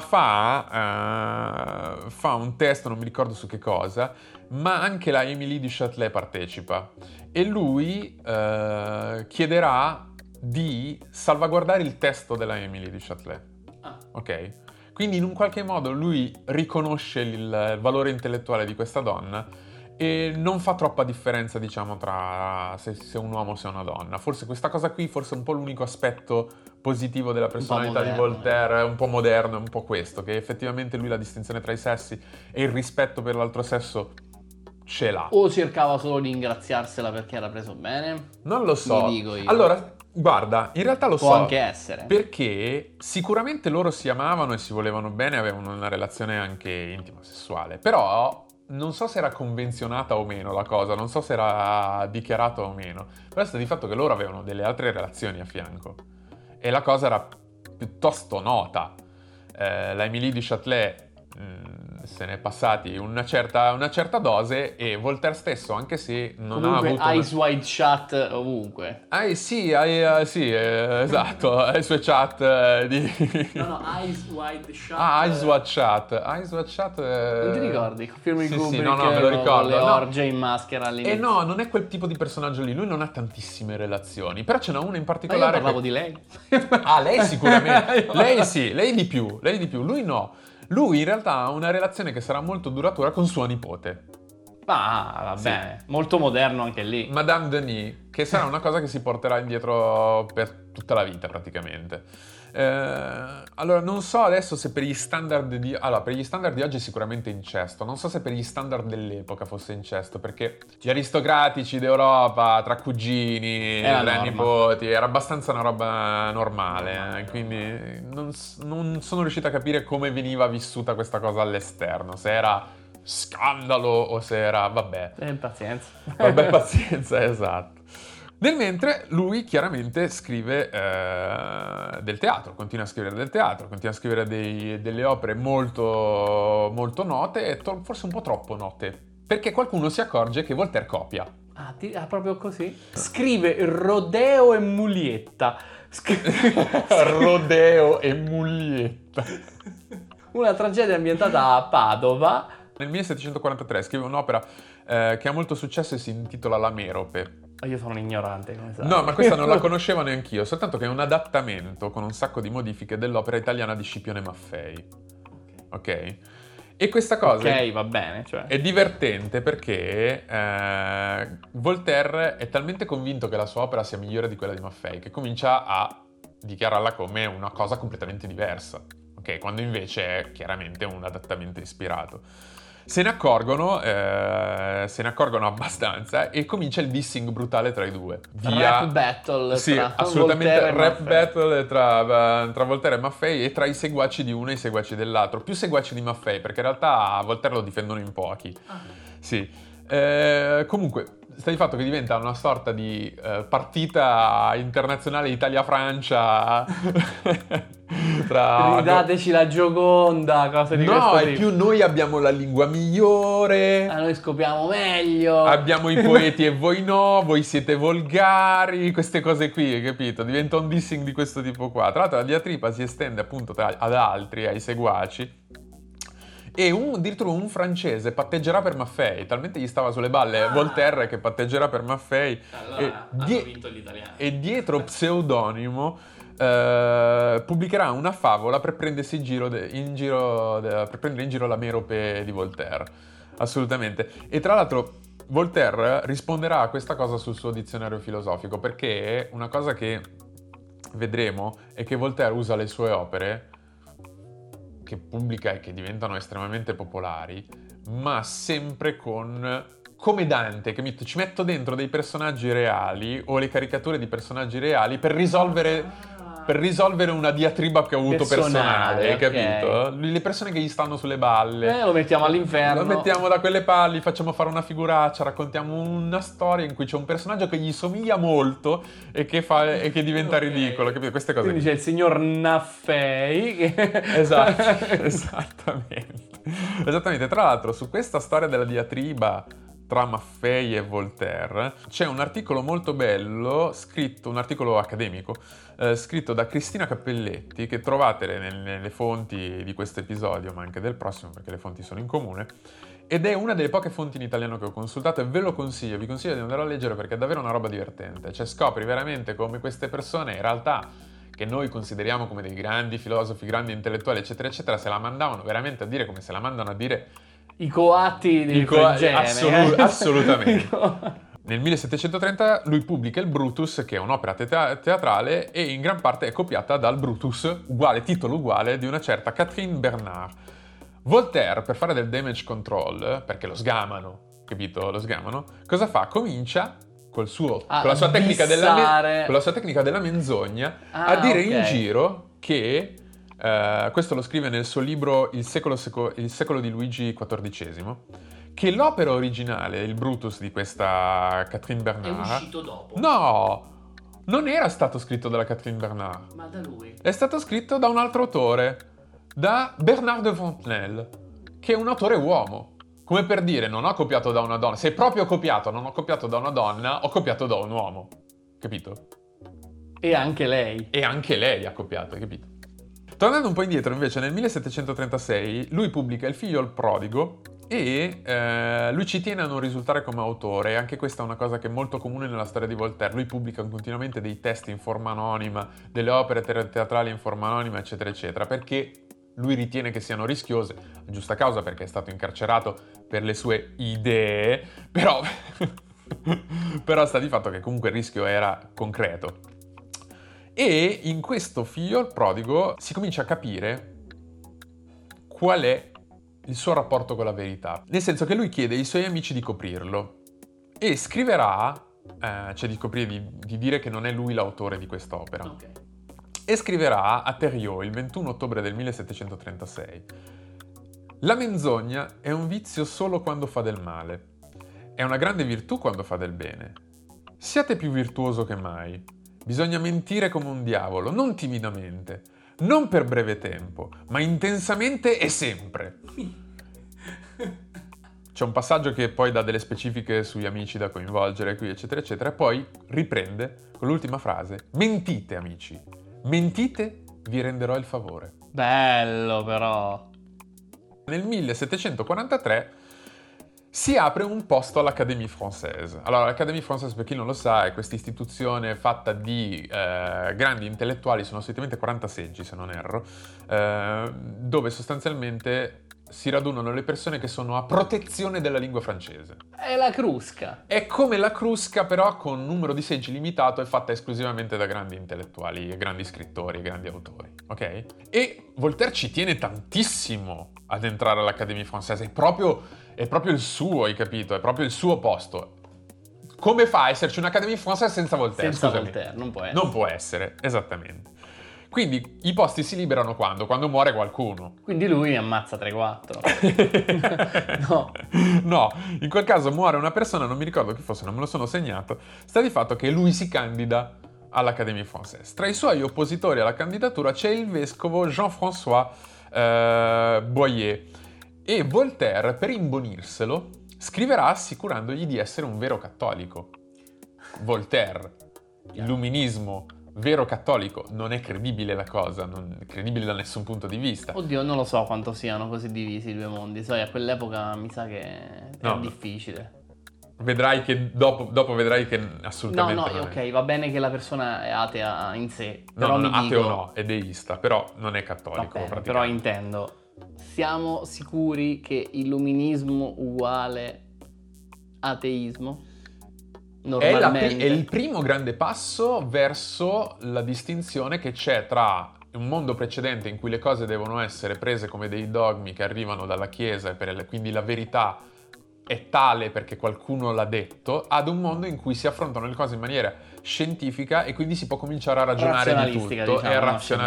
fa un testo, non mi ricordo su che cosa, ma anche la Émilie du Châtelet partecipa e lui chiederà di salvaguardare il testo della Émilie du Châtelet. Ok? Quindi in un qualche modo lui riconosce il valore intellettuale di questa donna e non fa troppa differenza, diciamo, tra se un uomo o se una donna. Forse questa cosa qui, forse è un po' l'unico aspetto positivo della personalità di Voltaire, è un po' moderno, è un po' questo, che effettivamente lui la distinzione tra i sessi e il rispetto per l'altro sesso ce l'ha. O cercava solo di ringraziarsela perché era preso bene? Non lo so. Mi dico io. Allora, guarda, in realtà lo so. Può anche essere. Perché sicuramente loro si amavano e si volevano bene, avevano una relazione anche intima, sessuale. Però non so se era convenzionata o meno la cosa, non so se era dichiarato o meno. Però sta di fatto che loro avevano delle altre relazioni a fianco. E la cosa era piuttosto nota. La Émilie du Châtelet se ne è passati una certa dose e Voltaire stesso, anche se non Comunque, ha avuto... Eyes Wide Shut ovunque. sì, esatto, le sue chat di... No, Eyes Wide Shut. Eyes Wide Shut. Eyes Wide Shut... Non ti ricordi? Film di Sì, Kubrick, no, me lo ricordo. le No. orge in maschera all'inizio. No, non è quel tipo di personaggio lì, lui non ha tantissime relazioni, però ce n'è una in Ma io particolare parlavo di lei. lei sicuramente, lei sì, lei di più, lui no. Lui in realtà ha una relazione che sarà molto duratura con sua nipote, Va Sì. bene, molto moderno anche lì. Madame Denis, che sarà una cosa che si porterà indietro per tutta la vita praticamente. Allora, non so adesso se per gli standard di... Allora, per gli standard di oggi è sicuramente incesto. Non so se per gli standard dell'epoca fosse incesto, perché gli aristocratici d'Europa, tra cugini, Era tra norma. nipoti, era abbastanza una roba normale. Quindi non sono riuscito a capire come veniva vissuta questa cosa all'esterno. Se era scandalo o se era... Vabbè, Pazienza. vabbè, pazienza, esatto. Nel mentre lui chiaramente scrive del teatro, continua a scrivere del teatro, continua a scrivere delle opere molto, molto note e forse un po' troppo note, perché qualcuno si accorge che Voltaire copia. Proprio così? Scrive Rodeo e Mulietta. Rodeo e Mulietta. Una tragedia ambientata a Padova. Nel 1743 scrive un'opera che ha molto successo e si intitola La Merope. Io sono un ignorante, come sai. No, ma questa non la conoscevo neanch'io, soltanto che è un adattamento con un sacco di modifiche dell'opera italiana di Scipione Maffei. Ok? E questa cosa Ok, va bene, cioè. è divertente perché Voltaire è talmente convinto che la sua opera sia migliore di quella di Maffei che comincia a dichiararla come una cosa completamente diversa. Ok? Quando invece è chiaramente un adattamento ispirato. Se ne accorgono abbastanza e comincia il dissing brutale tra i due. Rap battle Sì, tra assolutamente Voltaire e rap Maffei. battle tra Voltaire e Maffei e tra i seguaci di uno e i seguaci dell'altro. Più seguaci di Maffei, perché in realtà Voltaire lo difendono in pochi. Sì. Comunque, sta di fatto che diventa una sorta di partita internazionale Italia-Francia tra... Ridateci la Gioconda, cose di questo No, è tipo. più noi abbiamo la lingua migliore, Noi scopriamo meglio. abbiamo i poeti e voi no, voi siete volgari, queste cose qui, hai capito? Diventa un dissing di questo tipo qua. Tra l'altro la diatriba si estende appunto ad altri, ai seguaci. E addirittura un francese patteggerà per Maffei, talmente gli stava sulle balle Voltaire che patteggerà per Maffei. Allora, hanno vinto gli italiani. E dietro pseudonimo pubblicherà una favola per prendersi per prendere in giro la Merope di Voltaire. Assolutamente. E tra l'altro Voltaire risponderà a questa cosa sul suo dizionario filosofico, perché una cosa che vedremo è che Voltaire usa le sue opere che pubblica e che diventano estremamente popolari, ma sempre come Dante, che ci metto dentro dei personaggi reali o le caricature di personaggi reali per risolvere una diatriba che ho avuto personale, hai ok. capito? Le persone che gli stanno sulle balle. Lo mettiamo all'inferno. Lo mettiamo da quelle parti, facciamo fare una figuraccia, raccontiamo una storia in cui c'è un personaggio che gli somiglia molto e che diventa ridicolo, capito? Queste cose. Quindi qui. c'è il signor Naffei che... Esatto, esattamente. Tra l'altro, su questa storia della diatriba tra Maffei e Voltaire c'è un articolo molto bello, un articolo accademico, scritto da Cristina Cappelletti, che trovate nelle fonti di questo episodio, ma anche del prossimo, perché le fonti sono in comune, ed è una delle poche fonti in italiano che ho consultato e ve lo consiglio, vi consiglio di andare a leggere perché è davvero una roba divertente. Cioè scopri veramente come queste persone in realtà, che noi consideriamo come dei grandi filosofi, grandi intellettuali, eccetera, eccetera, se la mandavano veramente a dire come se la mandano a dire I coatti di Fregene. assolutamente. Nel 1730 lui pubblica il Brutus, che è un'opera teatrale e in gran parte è copiata dal Brutus, titolo uguale, di una certa Catherine Bernard. Voltaire, per fare del damage control, perché lo sgamano, capito? Lo sgamano, cosa fa? Comincia con la sua tecnica della menzogna a dire in giro che questo lo scrive nel suo libro Il secolo di Luigi XIV, che l'opera originale, il Brutus di questa Catherine Bernard, è uscito dopo. No, non era stato scritto dalla Catherine Bernard. Ma da lui. È stato scritto da un altro autore, da Bernard de Fontenelle, che è un autore uomo. Come per dire, non ho copiato da una donna. Se proprio ho copiato, non ho copiato da una donna, ho copiato da un uomo. Capito? E anche lei. E anche lei ha copiato, hai capito? Tornando un po' indietro, invece, nel 1736 lui pubblica Il figlio al prodigo e lui ci tiene a non risultare come autore. Anche questa è una cosa che è molto comune nella storia di Voltaire. Lui pubblica continuamente dei testi in forma anonima, delle opere teatrali in forma anonima, eccetera, eccetera, perché lui ritiene che siano rischiose, a giusta causa perché è stato incarcerato per le sue idee, però sta di fatto che comunque il rischio era concreto. E in questo figlio al prodigo si comincia a capire qual è il suo rapporto con la verità. Nel senso che lui chiede ai suoi amici di coprirlo e scriverà, cioè di coprire, di dire che non è lui l'autore di quest'opera. Ok. E scriverà a Thériault il 21 ottobre del 1736: «La menzogna è un vizio solo quando fa del male. È una grande virtù quando fa del bene. Siate più virtuoso che mai. Bisogna mentire come un diavolo, non timidamente, non per breve tempo, ma intensamente e sempre». C'è un passaggio che poi dà delle specifiche sugli amici da coinvolgere qui, eccetera, eccetera, e poi riprende con l'ultima frase: «Mentite, amici, mentite, vi renderò il favore». Bello però. Nel 1743 si apre un posto all'Académie Française. Allora, l'Académie Française, per chi non lo sa, è questa istituzione fatta di grandi intellettuali, sono solitamente 40 seggi se non erro, dove sostanzialmente si radunano le persone che sono a protezione della lingua francese. È la Crusca. È come la Crusca, però con un numero di seggi limitato e fatta esclusivamente da grandi intellettuali, grandi scrittori, grandi autori, ok? E Voltaire ci tiene tantissimo ad entrare all'Académie Française, è proprio il suo, hai capito? È proprio il suo posto. Come fa a esserci un'Académie Française senza Voltaire? Senza Scusami. Voltaire, non può essere. Non può essere, esattamente. Quindi i posti si liberano quando muore qualcuno. Quindi lui ne ammazza 3-4. No. No, in quel caso muore una persona, non mi ricordo chi fosse, non me lo sono segnato. Sta di fatto che lui si candida all'Académie Française. Tra i suoi oppositori alla candidatura c'è il vescovo Jean-François Boyer. E Voltaire, per imbonirselo, scriverà assicurandogli di essere un vero cattolico. Voltaire, illuminismo, vero cattolico, non è credibile la cosa, non è credibile da nessun punto di vista. Oddio, non lo so quanto siano così divisi i due mondi. Sai, a quell'epoca mi sa che è difficile. Vedrai che dopo vedrai che assolutamente no, ok, va bene che la persona è atea in sé, però no, mi ateo dico... no, è deista, però non è cattolico. Va bene, praticamente. però intendo, siamo sicuri che illuminismo uguale ateismo? Normalmente. È il primo grande passo verso la distinzione che c'è tra un mondo precedente in cui le cose devono essere prese come dei dogmi che arrivano dalla Chiesa e quindi la verità è tale perché qualcuno l'ha detto, ad un mondo in cui si affrontano le cose in maniera scientifica e quindi si può cominciare a ragionare di tutto, diciamo, e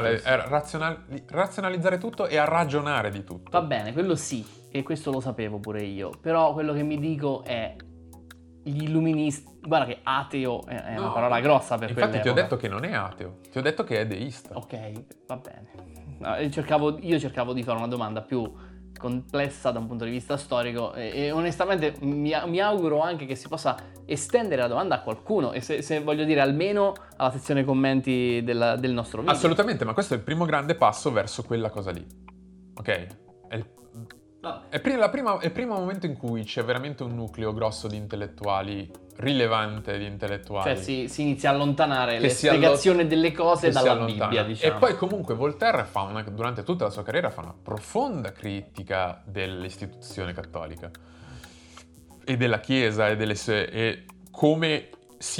a razionalizzare tutto e a ragionare di tutto. Va bene, quello sì, e questo lo sapevo pure io, però quello che mi dico è gli illuministi, guarda che ateo è una parola grossa per infatti quell'epoca. ti ho detto che non è ateo, ti ho detto che è deista. Ok, va bene. No, io cercavo di fare una domanda più complessa da un punto di vista storico e onestamente mi auguro anche che si possa estendere la domanda a qualcuno e se voglio dire almeno alla sezione commenti del nostro video. Assolutamente, ma questo è il primo grande passo verso quella cosa lì, ok? È il primo momento in cui c'è veramente un nucleo grosso di intellettuali, rilevante di intellettuali. Cioè si inizia a allontanare le spiegazioni delle cose dalla Bibbia, diciamo. E poi comunque Voltaire durante tutta la sua carriera fa una profonda critica dell'istituzione cattolica e della Chiesa e come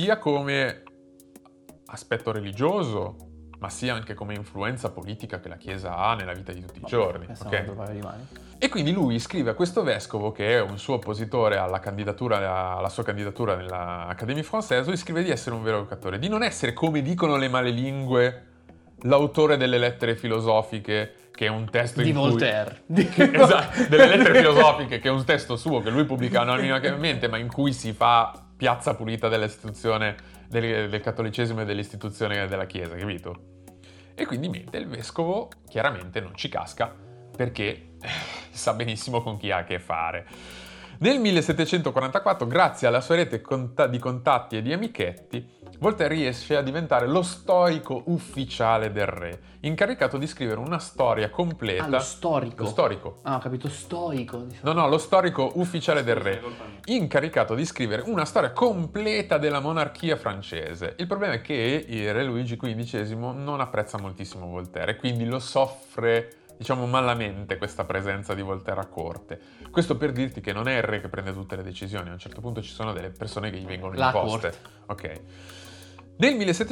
aspetto religioso, ma sia anche come influenza politica che la Chiesa ha nella vita di tutti i giorni. Okay? E quindi lui scrive a questo vescovo, che è un suo oppositore alla sua candidatura nell'Académie Française, lui scrive di essere un vero cattolico, di non essere, come dicono le malelingue, l'autore delle lettere filosofiche, che è un testo di in Voltaire. Esatto, delle lettere filosofiche, che è un testo suo che lui pubblica anonimamente, ma in cui si fa piazza pulita dell'istituzione del cattolicesimo e dell'istituzione della Chiesa, capito? E quindi il vescovo chiaramente non ci casca perché sa benissimo con chi ha a che fare. Nel 1744, grazie alla sua rete di contatti e di amichetti, Voltaire riesce a diventare lo storico ufficiale del re, incaricato di scrivere una storia completa. Lo storico? Lo storico. Ah, ho capito, stoico. No, lo storico ufficiale del re, incaricato di scrivere una storia completa della monarchia francese. Il problema è che il re Luigi XV non apprezza moltissimo Voltaire e quindi lo soffre, diciamo, malamente questa presenza di Voltaire a corte. Questo per dirti che non è il re che prende tutte le decisioni, a un certo punto ci sono delle persone che gli vengono imposte. Ok. Nel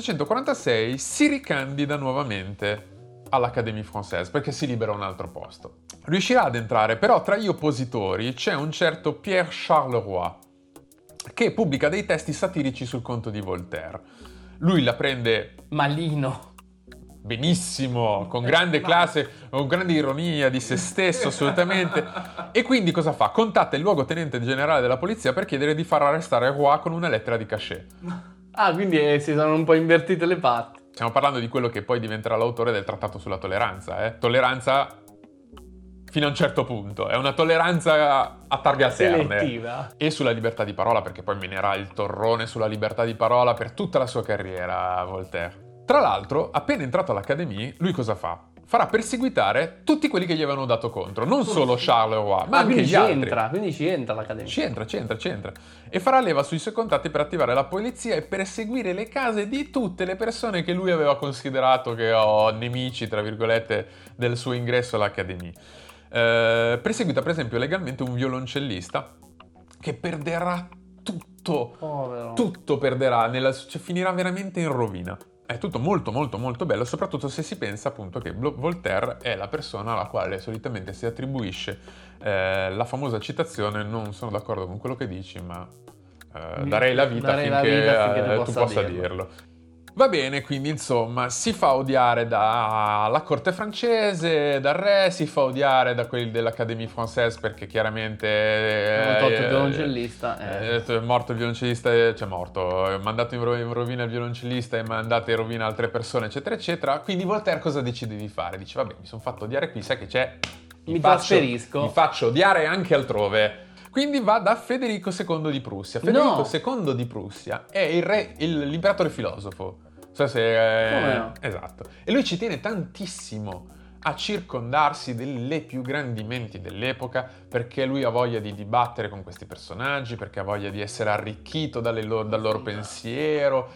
1746 si ricandida nuovamente all'Académie Française perché si libera un altro posto. Riuscirà ad entrare, però tra gli oppositori c'è un certo Pierre Charleroi che pubblica dei testi satirici sul conto di Voltaire. Lui la prende malino, benissimo, con grande classe, con grande ironia di se stesso, assolutamente. E quindi cosa fa? Contatta il luogotenente generale della polizia per chiedere di far arrestare Roy con una lettera di cachet. Ah, quindi si sono un po' invertite le parti. Stiamo parlando di quello che poi diventerà l'autore del trattato sulla tolleranza, Tolleranza fino a un certo punto. È una tolleranza a targhe alterne. Selettiva. E sulla libertà di parola, perché poi menerà il torrone sulla libertà di parola per tutta la sua carriera, Voltaire. Tra l'altro, appena entrato all'Académie, lui cosa fa? Farà perseguitare tutti quelli che gli avevano dato contro, non solo Charleroi, ma anche gli altri. Quindi ci entra l'Accademia. Ci entra. E farà leva sui suoi contatti per attivare la polizia e perseguire le case di tutte le persone che lui aveva considerato che nemici, tra virgolette, del suo ingresso all'Académie. Perseguita, per esempio, legalmente un violoncellista che perderà tutto. Povero. Tutto perderà, cioè finirà veramente in rovina. È tutto molto molto molto bello, soprattutto se si pensa appunto che Voltaire è la persona alla quale solitamente si attribuisce la famosa citazione: non sono d'accordo con quello che dici, ma darei la vita affinché tu possa dirlo. Va bene, quindi insomma si fa odiare dalla corte francese, dal re, si fa odiare da quelli dell'Académie Française perché chiaramente hanno tolto il violoncellista. È morto il violoncellista, cioè morto, è mandato in rovina il violoncellista e mandate in rovina altre persone, eccetera, eccetera. Quindi Voltaire cosa decide di fare? Dice, vabbè, mi sono fatto odiare qui, sai che c'è? Mi trasferisco. Mi faccio odiare anche altrove. Quindi va da Federico II di Prussia. Federico II di Prussia è l'imperatore filosofo. So se come no? Esatto. E lui ci tiene tantissimo a circondarsi delle più grandi menti dell'epoca, perché lui ha voglia di dibattere con questi personaggi, perché ha voglia di essere arricchito dal loro pensiero,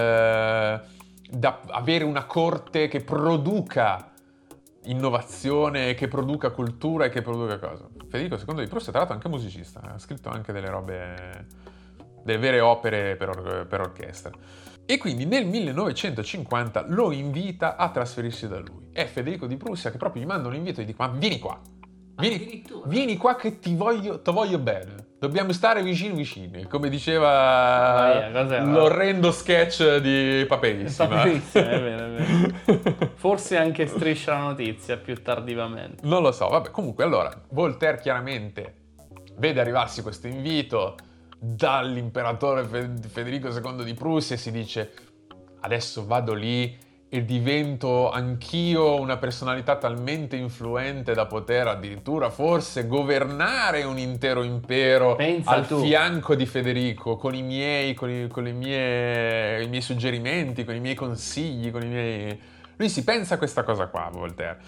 da avere una corte che produca innovazione, che produca cultura e che produca cosa. Federico II di Prussia, tra l'altro, è anche musicista, ha scritto anche delle robe, delle vere opere per orchestra. E quindi nel 1950 lo invita a trasferirsi da lui. È Federico di Prussia che proprio gli manda un invito e gli dice: ma vieni qua, vieni qua che ti voglio bene. Dobbiamo stare vicini, come diceva l'orrendo sketch di Paperissima. È vero. Forse anche Striscia la notizia più tardivamente. Non lo so, vabbè, comunque allora Voltaire chiaramente vede arrivarsi questo invito dall'imperatore Federico II di Prussia e si dice: adesso vado lì e divento anch'io una personalità talmente influente da poter addirittura forse governare un intero impero fianco di Federico, con i miei suggerimenti, con i miei consigli, Lui si pensa a questa cosa qua, Voltaire.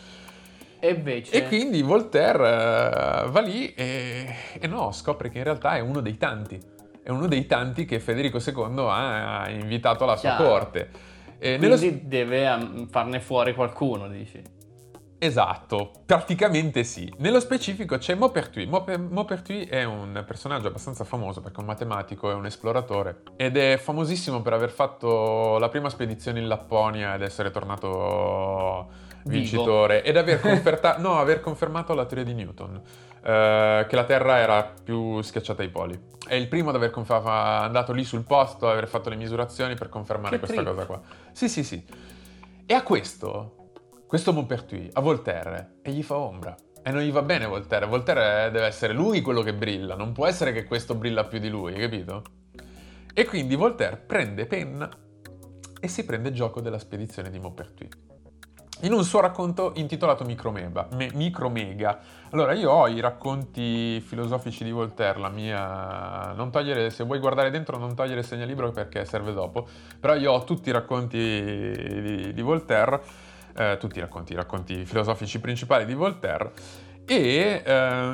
E quindi Voltaire va lì e no, scopre che in realtà è uno dei tanti. È uno dei tanti che Federico II ha invitato alla sua corte. Quindi deve farne fuori qualcuno, dici? Esatto, praticamente sì. Nello specifico c'è Maupertuis. Maupertuis è un personaggio abbastanza famoso perché è un matematico e un esploratore ed è famosissimo per aver fatto la prima spedizione in Lapponia ed essere tornato vincitore ed aver confermato la teoria di Newton, che la Terra era più schiacciata ai poli. È il primo ad aver andato lì sul posto, ad aver fatto le misurazioni per confermare questa cosa qua. Sì. E a questo Maupertuis, a Voltaire, e gli fa ombra. E non gli va bene Voltaire. Voltaire deve essere lui quello che brilla, non può essere che questo brilla più di lui, capito? E quindi Voltaire prende penna e si prende gioco della spedizione di Maupertuis. in un suo racconto intitolato Micromega. Allora, io ho i racconti filosofici di Voltaire, non togliere, se vuoi guardare dentro non togliere il segnalibro perché serve dopo, però io ho tutti i racconti di Voltaire, tutti i racconti filosofici principali di Voltaire, e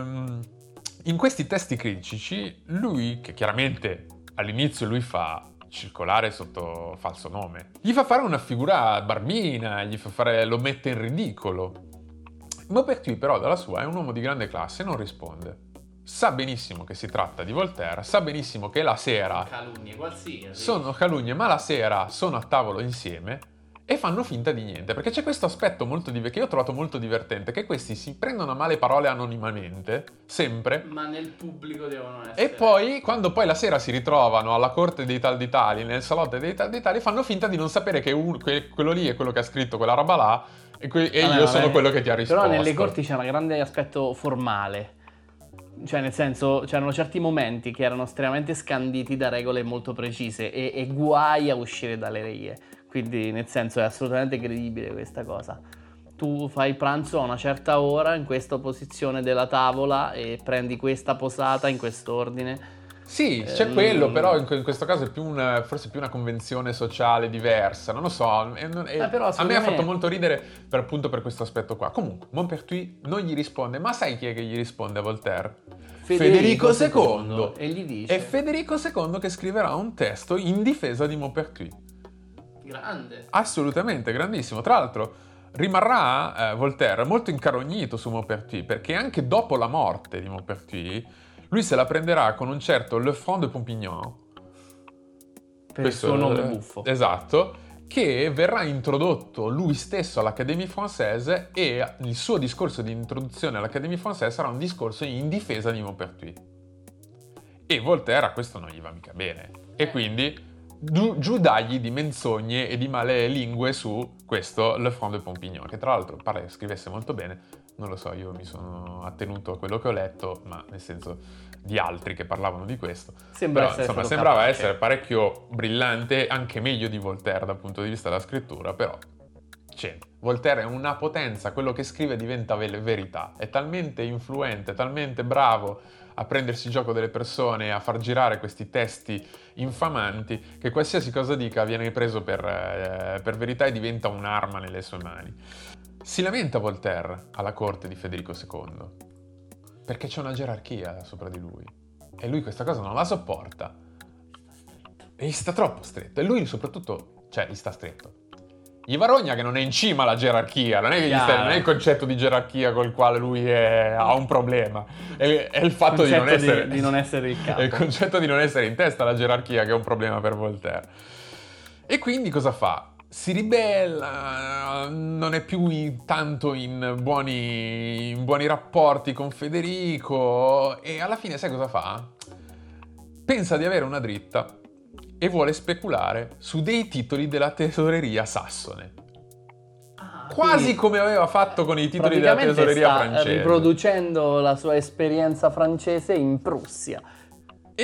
in questi testi critici lui, che chiaramente all'inizio lui fa circolare sotto falso nome, gli fa fare una figura barbina, lo mette in ridicolo. Maupertuis però dalla sua è un uomo di grande classe e non risponde. Sa benissimo che si tratta di Voltaire, sa benissimo che la sera calunnie qualsiasi. sono calunnie, ma la sera sono a tavolo insieme e fanno finta di niente, perché c'è questo aspetto che io ho trovato molto divertente, che questi si prendono a male parole anonimamente, sempre, ma nel pubblico devono essere. e poi, quando poi la sera si ritrovano alla corte dei tal di tali, nel salotto dei tal di tali, fanno finta di non sapere che quello lì è quello che ha scritto quella roba là, io sono quello che ti ha risposto. Però nelle corti c'è un grande aspetto formale. Cioè, nel senso, c'erano certi momenti che erano estremamente scanditi da regole molto precise e guai a uscire dalle righe. Quindi, nel senso, è assolutamente credibile questa cosa. Tu fai pranzo a una certa ora in questa posizione della tavola e prendi questa posata in quest'ordine. Sì, c'è quello, però in questo caso è forse più una convenzione sociale diversa, non lo so. Però a me ha fatto molto ridere appunto per questo aspetto qua. Comunque, Maupertuis non gli risponde, ma sai chi è che gli risponde a Voltaire? Federico II. E gli dice: È Federico II che scriverà un testo in difesa di Maupertuis. grande. Assolutamente, grandissimo. Tra l'altro rimarrà Voltaire molto incarognito su Maupertuis, perché anche dopo la morte di Maupertuis lui se la prenderà con un certo Lefranc de Pompignan, Per il suo nome buffo. esatto, che verrà introdotto lui stesso all'Académie Française, e il suo discorso di introduzione all'Académie Française sarà un discorso in difesa di Maupertuis. E Voltaire a questo non gli va mica bene, e quindi giù dagli di menzogne e di male lingue su questo Lefranc de Pompignan, che tra l'altro pare che scrivesse molto bene. Non lo so, io mi sono attenuto a quello che ho letto, ma nel senso di altri che parlavano di questo. Sembrava essere parecchio brillante, anche meglio di Voltaire dal punto di vista della scrittura, però Voltaire è una potenza, quello che scrive diventa verità, è talmente influente, talmente bravo a prendersi gioco delle persone, a far girare questi testi infamanti, che qualsiasi cosa dica viene preso per verità e diventa un'arma nelle sue mani. Si lamenta Voltaire alla corte di Federico II, perché c'è una gerarchia sopra di lui, e lui questa cosa non la sopporta, e gli sta troppo stretto, e lui soprattutto, gli sta stretto. Gli va rogna che non è in cima alla gerarchia, non è il concetto di gerarchia col quale lui ha un problema, è il fatto di non essere il capo. È il concetto di non essere in testa alla gerarchia che è un problema per Voltaire. E quindi cosa fa? Si ribella, non è più tanto in buoni rapporti con Federico, e alla fine sai cosa fa? Pensa di avere una dritta e vuole speculare su dei titoli della tesoreria sassone. Quasi come aveva fatto con i titoli della tesoreria francese. Riproducendo la sua esperienza francese in Prussia. E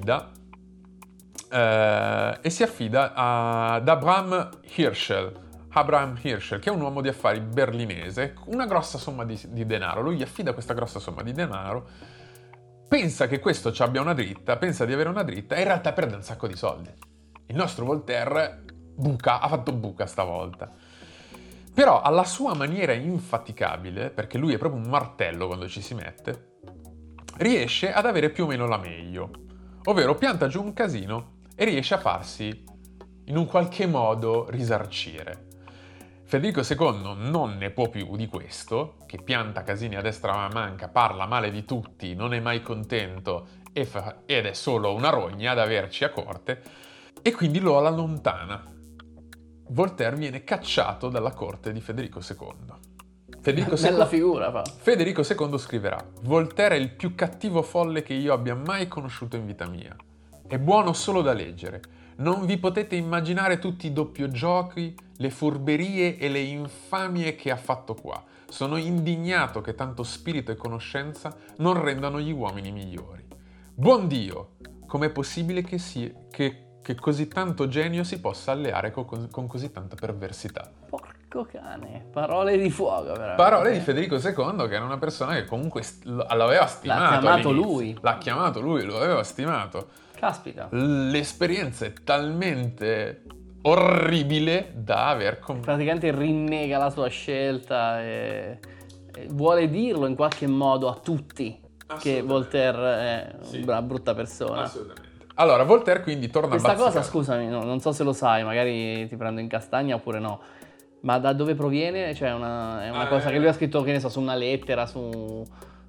si affida ad Abraham Hirschel, che è un uomo di affari berlinese, una grossa somma di denaro. Lui gli affida questa grossa somma di denaro, pensa che questo ci abbia una dritta, pensa di avere una dritta, e in realtà perde un sacco di soldi. Il nostro Voltaire ha fatto buca stavolta. Però alla sua maniera infaticabile, perché lui è proprio un martello quando ci si mette, riesce ad avere più o meno la meglio. Ovvero pianta giù un casino e riesce a farsi in un qualche modo risarcire. Federico II non ne può più di questo, che pianta casini a destra e a manca, parla male di tutti, non è mai contento ed è solo una rogna ad averci a corte, e quindi lo allontana. Voltaire viene cacciato dalla corte di Federico II. Bella figura fa. Federico II scriverà: Voltaire è il più cattivo folle che io abbia mai conosciuto in vita mia. È buono solo da leggere. Non vi potete immaginare tutti i doppiogiochi, le furberie e le infamie che ha fatto qua. Sono indignato che tanto spirito e conoscenza non rendano gli uomini migliori. Buon Dio! Com'è possibile che così tanto genio si possa alleare con così tanta perversità? Porca Porco cane, parole di fuoco veramente. Parole di Federico II, che era una persona che comunque l'aveva stimato. L'ha chiamato all'inizio. lui. L'ha chiamato lui, lo aveva stimato. Caspita. L'esperienza è talmente orribile da aver... Praticamente rinnega la sua scelta e vuole dirlo in qualche modo a tutti che Voltaire è una brutta persona. Assolutamente. Allora, Voltaire quindi torna Questa a bazzicare. cosa, scusami, non so se lo sai, magari ti prendo in castagna oppure no, ma da dove proviene? Cioè è una cosa che lui ha scritto, che ne so, su una lettera, su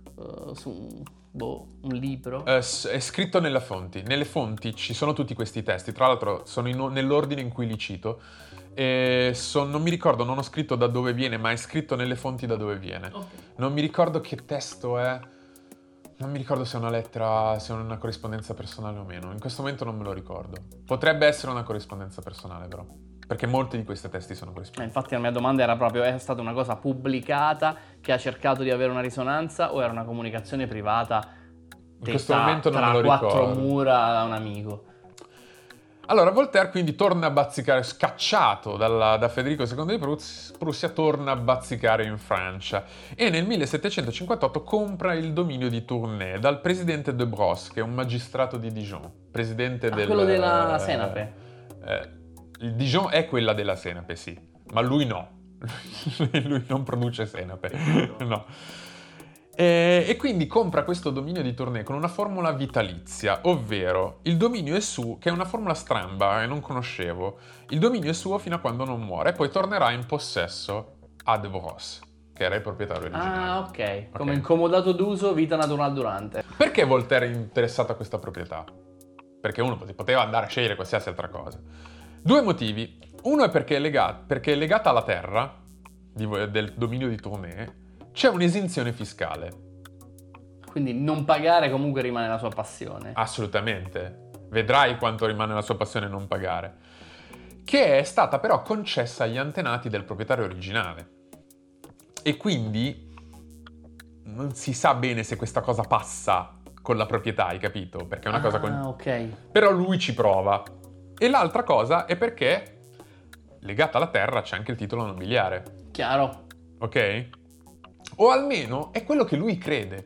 un libro? È scritto nelle fonti. Nelle fonti ci sono tutti questi testi, tra l'altro sono nell'ordine in cui li cito. Non mi ricordo, non ho scritto da dove viene, ma è scritto nelle fonti da dove viene. Okay. Non mi ricordo che testo è. Non mi ricordo se è una lettera, se è una corrispondenza personale o meno. In questo momento non me lo ricordo. Potrebbe essere una corrispondenza personale, però. Perché molti di questi testi sono corrispondenze. Infatti la mia domanda era proprio, è stata una cosa pubblicata che ha cercato di avere una risonanza o era una comunicazione privata In questo momento non me lo tra quattro ricordo. mura da un amico? Allora, Voltaire quindi torna a bazzicare, scacciato da Federico II di Prussia, torna a bazzicare in Francia e nel 1758 compra il dominio di Tournai dal presidente de Brosse, che è un magistrato di Dijon, presidente quello della Senape. Il Dijon è quella della Senape, sì, ma lui no. Lui non produce senape. No. E quindi compra questo dominio di Tournai con una formula vitalizia, ovvero il dominio è suo, che è una formula stramba e non conoscevo. Il dominio è suo fino a quando non muore, e poi tornerà in possesso a de Brosse, che era il proprietario originale. Ah, ok. Come incomodato d'uso, vita naturale durante. Perché Voltaire è interessato a questa proprietà? Perché uno poteva andare a scegliere qualsiasi altra cosa. Due motivi. Uno è perché è legata alla terra del dominio di Tournai. C'è un'esenzione fiscale. Quindi non pagare comunque rimane la sua passione. Assolutamente. Vedrai quanto rimane la sua passione non pagare. Che è stata però concessa agli antenati del proprietario originale. E quindi non si sa bene se questa cosa passa con la proprietà, hai capito? Perché è una cosa... ok. Però lui ci prova. E l'altra cosa è perché legata alla terra c'è anche il titolo nobiliare. Chiaro. Ok? O almeno è quello che lui crede.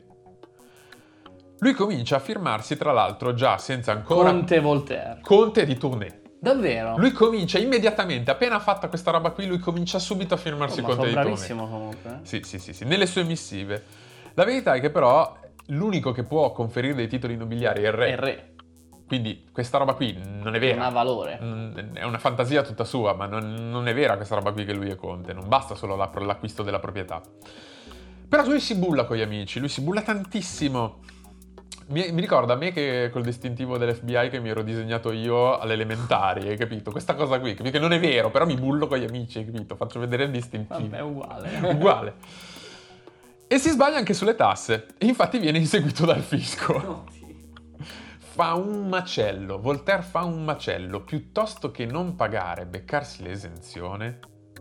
Lui comincia a firmarsi, tra l'altro, già senza ancora... Conte Voltaire. Conte di Tournai. Davvero? Lui comincia immediatamente, appena fatta questa roba qui, lui comincia subito a firmarsi ma Conte di Tournai. bravissimo comunque. Sì, nelle sue missive. La verità è che però l'unico che può conferire dei titoli nobiliari è il re. È il re. Quindi questa roba qui non è vera. Non ha valore. È una fantasia tutta sua, ma non è vera questa roba qui che lui è conte. Non basta solo l'acquisto della proprietà. Però lui si bulla con gli amici, lui si bulla tantissimo. Mi ricorda a me che col distintivo dell'FBI che mi ero disegnato io alle elementari, hai capito? Questa cosa qui, che non è vero, però mi bullo con gli amici, hai capito? Faccio vedere il distintivo. Vabbè, uguale. Uguale. E si sbaglia anche sulle tasse. E infatti viene inseguito dal fisco. Fa un macello, Voltaire fa un macello, piuttosto che non pagare, beccarsi l'esenzione,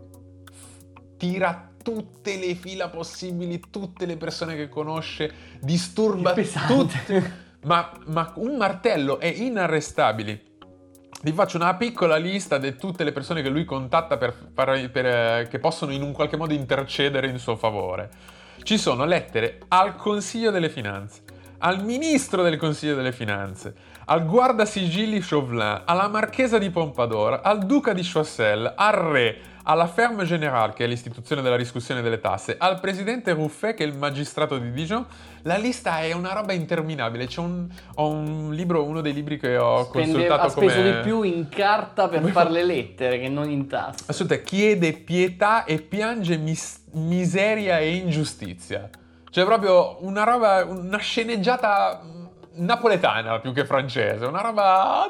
tira tutte le fila possibili, tutte le persone che conosce, disturba tutte. Ma un martello, è inarrestabili. Vi faccio una piccola lista di tutte le persone che lui contatta che possono in un qualche modo intercedere in suo favore. Ci sono lettere al Consiglio delle Finanze, al Ministro del Consiglio delle Finanze, al Guardasigilli Chauvelin, alla Marchesa di Pompadour, al Duca di Choiseul, al Re, alla Ferme Générale, che è l'istituzione della riscossione delle tasse, al Presidente Ruffet, che è il magistrato di Dijon. La lista è una roba interminabile. Ho un libro, uno dei libri che ho consultato ha speso come... di più in carta per fare le lettere che non in tassa. Assolutamente, chiede pietà e piange miseria e ingiustizia. Cioè proprio una roba, una sceneggiata napoletana più che francese, una roba...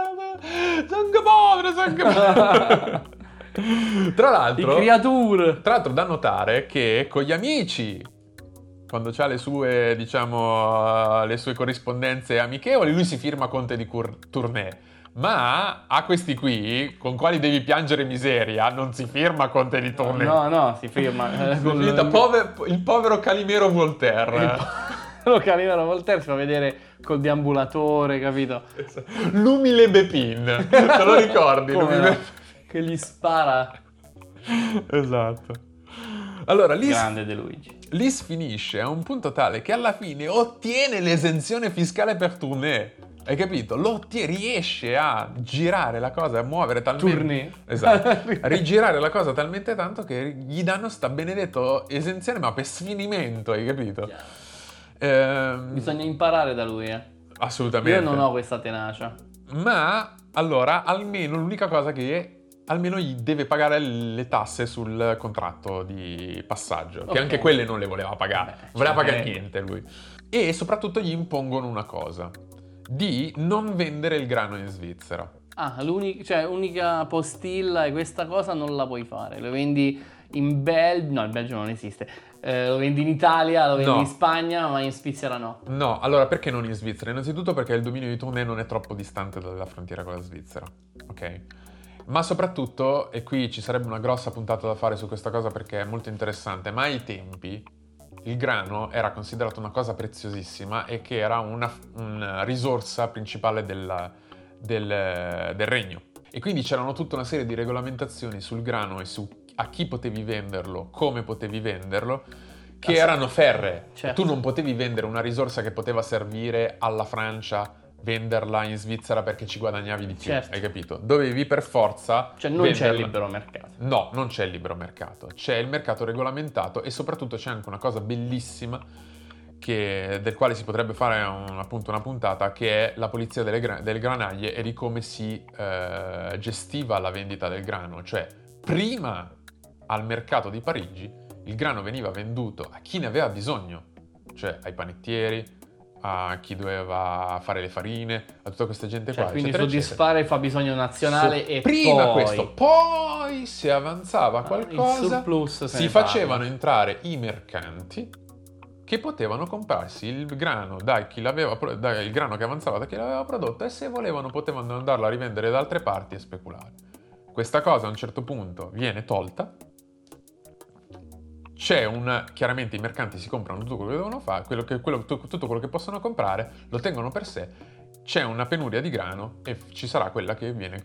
Sono povero. Tra l'altro... creature. Tra l'altro da notare che con gli amici, quando c'ha le sue, diciamo, le sue corrispondenze amichevoli, lui si firma Conte di Tournai. Ma a questi qui, con quali devi piangere miseria, non si firma Conte di Tournai. No, si firma. Il povero Calimero Voltaire. Lo Calimero Voltaire si fa vedere col deambulatore, capito? L'umile Bepin, te lo ricordi? Come no? Che gli spara. Esatto. Allora, Grande De Luigi. Lis finisce a un punto tale che alla fine ottiene l'esenzione fiscale per Tournée. Hai capito? Riesce a girare la cosa, a muovere talmente... Tournée. Esatto. A rigirare la cosa talmente tanto che gli danno sta benedetto esenzione, ma per sfinimento, hai capito? Bisogna imparare da lui, Assolutamente. Io non ho questa tenacia. Ma, allora, almeno l'unica cosa che... Almeno gli deve pagare le tasse sul contratto di passaggio, che anche quelle non le voleva pagare. Non voleva pagare niente lui. E soprattutto gli impongono una cosa. Di non vendere il grano in Svizzera. L'unica postilla è questa cosa non la puoi fare. Lo vendi in Belgio, no, il Belgio non esiste. Lo vendi in Italia, lo vendi in Spagna, ma in Svizzera no. No, allora perché non in Svizzera? Innanzitutto perché il dominio di Tournée non è troppo distante dalla frontiera con la Svizzera, ok? Ma soprattutto, e qui ci sarebbe una grossa puntata da fare su questa cosa perché è molto interessante, ma ai tempi il grano era considerato una cosa preziosissima e che era una risorsa principale del regno. E quindi c'erano tutta una serie di regolamentazioni sul grano e su a chi potevi venderlo, come potevi venderlo, che erano ferree. Certo. Tu non potevi vendere una risorsa che poteva servire alla Francia, venderla in Svizzera perché ci guadagnavi di più, hai capito? Dovevi per forza non c'è il libero mercato. No, non c'è il libero mercato, c'è il mercato regolamentato e soprattutto c'è anche una cosa bellissima del quale si potrebbe fare appunto una puntata, che è la polizia delle granaglie e di come si gestiva la vendita del grano. Cioè, prima al mercato di Parigi il grano veniva venduto a chi ne aveva bisogno, cioè ai panettieri, a chi doveva fare le farine, a tutta questa gente qua. Quindi eccetera, soddisfare il fabbisogno nazionale e prima poi... questo, poi se avanzava qualcosa si facevano entrare i mercanti che potevano comprarsi il grano il grano che avanzava da chi l'aveva prodotto, e se volevano potevano andarlo a rivendere da altre parti e speculare. Questa cosa a un certo punto viene tolta. Chiaramente i mercanti si comprano tutto quello che devono fare, tutto quello che possono comprare, lo tengono per sé. C'è una penuria di grano e ci sarà quella che viene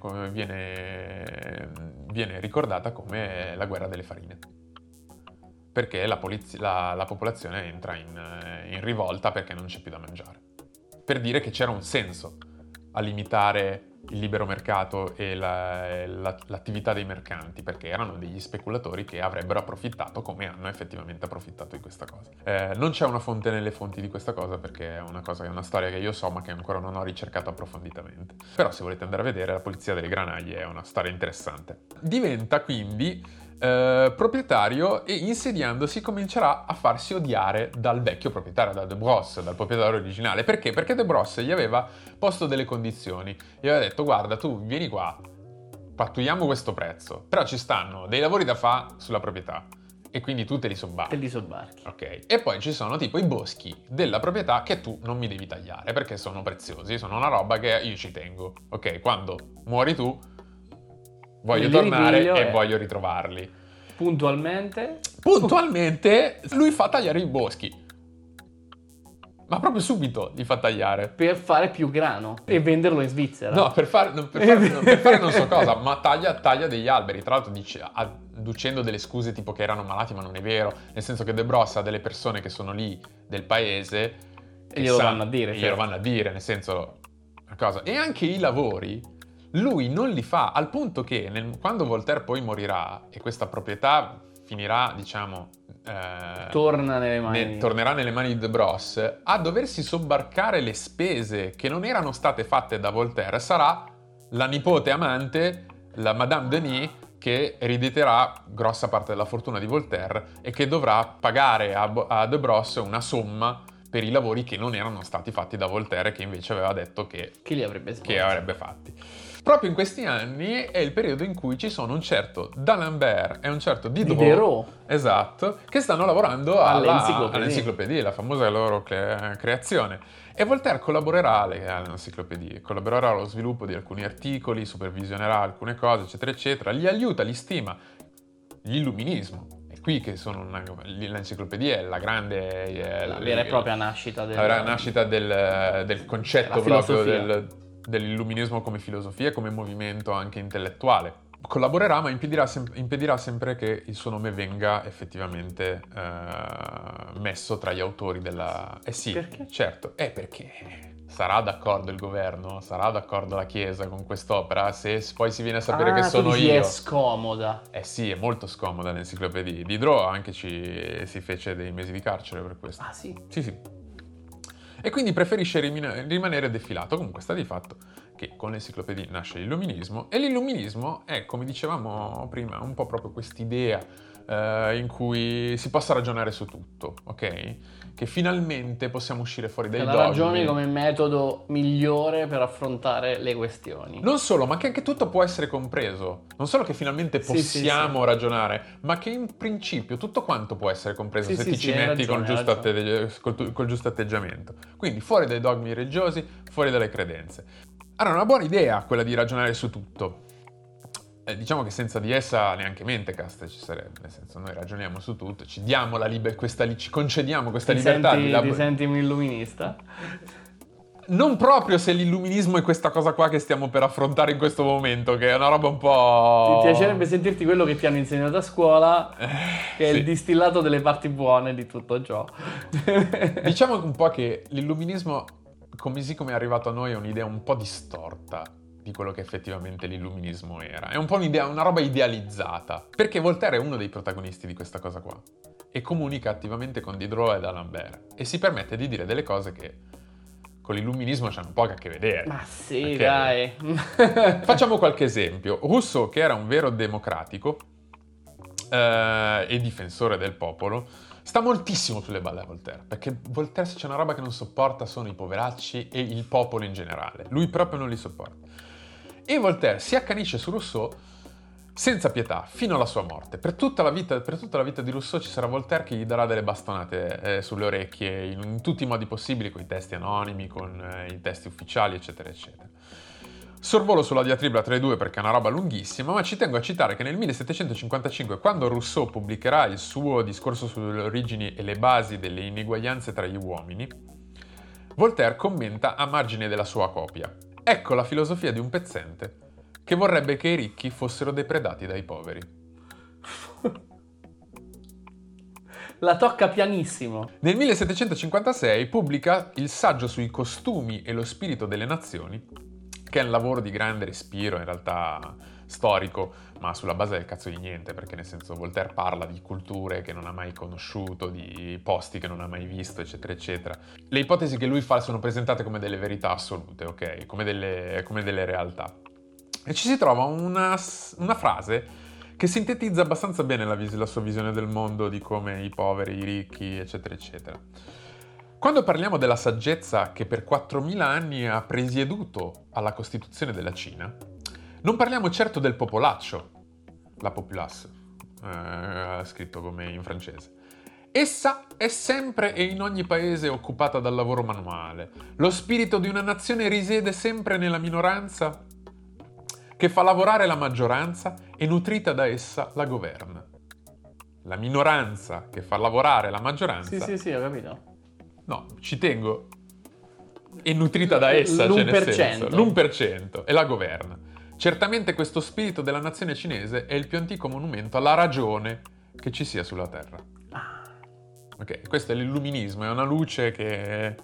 ricordata come la guerra delle farine. Perché la popolazione entra in rivolta perché non c'è più da mangiare. Per dire che c'era un senso a limitare il libero mercato e l'attività dei mercanti, perché erano degli speculatori che avrebbero approfittato, come hanno effettivamente approfittato di questa cosa. Non c'è una fonte nelle fonti di questa cosa, perché è una storia che io so ma che ancora non ho ricercato approfonditamente. Però se volete andare a vedere, la polizia delle granaglie è una storia interessante. Diventa quindi proprietario e insediandosi comincerà a farsi odiare dal vecchio proprietario, da De Brosse, dal proprietario originale. Perché? Perché De Brosse gli aveva posto delle condizioni, gli aveva detto: guarda, tu vieni qua, pattuiamo questo prezzo, però ci stanno dei lavori da fare sulla proprietà e quindi tu te li sobbarchi. Ok. E poi ci sono tipo i boschi della proprietà che tu non mi devi tagliare perché sono preziosi, sono una roba che io ci tengo. Ok, quando muori tu voglio tornare e voglio ritrovarli. Puntualmente lui fa tagliare i boschi. Ma proprio subito li fa tagliare. Per fare più grano e venderlo in Svizzera. No, per fare non so cosa, ma taglia degli alberi. Tra l'altro adducendo delle scuse tipo che erano malati, ma non è vero. Nel senso che De Brosse ha delle persone che sono lì del paese e glielo vanno a dire. Glielo vanno a dire, nel senso, una cosa. E anche i lavori lui non li fa, al punto che quando Voltaire poi morirà e questa proprietà finirà, diciamo... tornerà nelle mani di De Brosse, a doversi sobbarcare le spese che non erano state fatte da Voltaire sarà la nipote amante, la Madame Denis, che erediterà grossa parte della fortuna di Voltaire e che dovrà pagare a De Brosse una somma per i lavori che non erano stati fatti da Voltaire, che invece aveva detto che li avrebbe fatti. Proprio in questi anni è il periodo in cui ci sono un certo D'Alembert e un certo Diderot, esatto, che stanno lavorando all'enciclopedia, la famosa loro creazione. E Voltaire collaborerà all'enciclopedia, collaborerà allo sviluppo di alcuni articoli, supervisionerà alcune cose, eccetera, eccetera, li aiuta, li stima, l'illuminismo. È qui che l'enciclopedia è la grande... la vera e propria nascita del concetto proprio dell'illuminismo come filosofia e come movimento anche intellettuale. collaborerà, ma impedirà sempre che il suo nome venga effettivamente messo tra gli autori della... sì, Perché? certo, perché sarà d'accordo il governo, sarà d'accordo la Chiesa con quest'opera, se poi si viene a sapere che sono tu dici io. È scomoda. Sì, è molto scomoda l'enciclopedia. Diderot anche si fece dei mesi di carcere per questo. Ah sì? Sì. E quindi preferisce rimanere defilato. Comunque sta di fatto che con l'enciclopedia nasce l'illuminismo, e l'illuminismo è, come dicevamo prima, un po' proprio quest'idea in cui si possa ragionare su tutto, ok? Che finalmente possiamo uscire fuori dai dogmi. La ragione come metodo migliore per affrontare le questioni. Non solo, ma che anche tutto può essere compreso. Non solo che finalmente possiamo ragionare, ma che in principio tutto quanto può essere compreso se ti ci metti col giusto atteggiamento. Quindi fuori dai dogmi religiosi, fuori dalle credenze. Allora, una buona idea quella di ragionare su tutto. Diciamo che senza di essa neanche Mentecast ci sarebbe, nel senso noi ragioniamo su tutto, ci diamo ci concediamo questa libertà. Ti senti un illuminista? Non proprio se l'illuminismo è questa cosa qua che stiamo per affrontare in questo momento, che è una roba un po'... Ti piacerebbe sentirti quello che ti hanno insegnato a scuola, che è sì. il distillato delle parti buone di tutto ciò. Diciamo un po' che l'illuminismo, così come è arrivato a noi, è un'idea un po' distorta di quello che effettivamente l'illuminismo era. È un po' una roba idealizzata, perché Voltaire è uno dei protagonisti di questa cosa qua e comunica attivamente con Diderot ed D'Alembert e si permette di dire delle cose che con l'illuminismo c'hanno poco a che vedere. Ma sì, Okay? dai. Facciamo qualche esempio. Rousseau, che era un vero democratico e difensore del popolo, sta moltissimo sulle balle a Voltaire, perché Voltaire, se c'è una roba che non sopporta, sono i poveracci e il popolo in generale. Lui proprio non li sopporta. E Voltaire si accanisce su Rousseau senza pietà, fino alla sua morte. Per tutta la vita di Rousseau ci sarà Voltaire che gli darà delle bastonate sulle orecchie in tutti i modi possibili, con i testi anonimi, con i testi ufficiali, eccetera, eccetera. Sorvolo sulla diatriba tra i due perché è una roba lunghissima, ma ci tengo a citare che nel 1755, quando Rousseau pubblicherà il suo discorso sulle origini e le basi delle ineguaglianze tra gli uomini, Voltaire commenta a margine della sua copia: ecco la filosofia di un pezzente che vorrebbe che i ricchi fossero depredati dai poveri. La tocca pianissimo. Nel 1756 pubblica il saggio sui costumi e lo spirito delle nazioni, che è un lavoro di grande respiro, in realtà storico, ma sulla base del cazzo di niente, perché nel senso Voltaire parla di culture che non ha mai conosciuto, di posti che non ha mai visto, eccetera, eccetera. Le ipotesi che lui fa sono presentate come delle verità assolute, ok? Come delle realtà. E ci si trova una frase che sintetizza abbastanza bene la sua visione del mondo, di come i poveri, i ricchi, eccetera, eccetera. Quando parliamo della saggezza che per 4000 anni ha presieduto alla Costituzione della Cina, non parliamo certo del popolaccio, la populace, scritto come in francese. Essa è sempre e in ogni paese occupata dal lavoro manuale. Lo spirito di una nazione risiede sempre nella minoranza che fa lavorare la maggioranza e nutrita da essa la governa. La minoranza che fa lavorare la maggioranza... Sì, ho capito. No, ci tengo. È nutrita da essa, cioè nel senso, l'1% e la governa. Certamente questo spirito della nazione cinese è il più antico monumento alla ragione che ci sia sulla Terra. Ok, questo è l'illuminismo, è una luce che...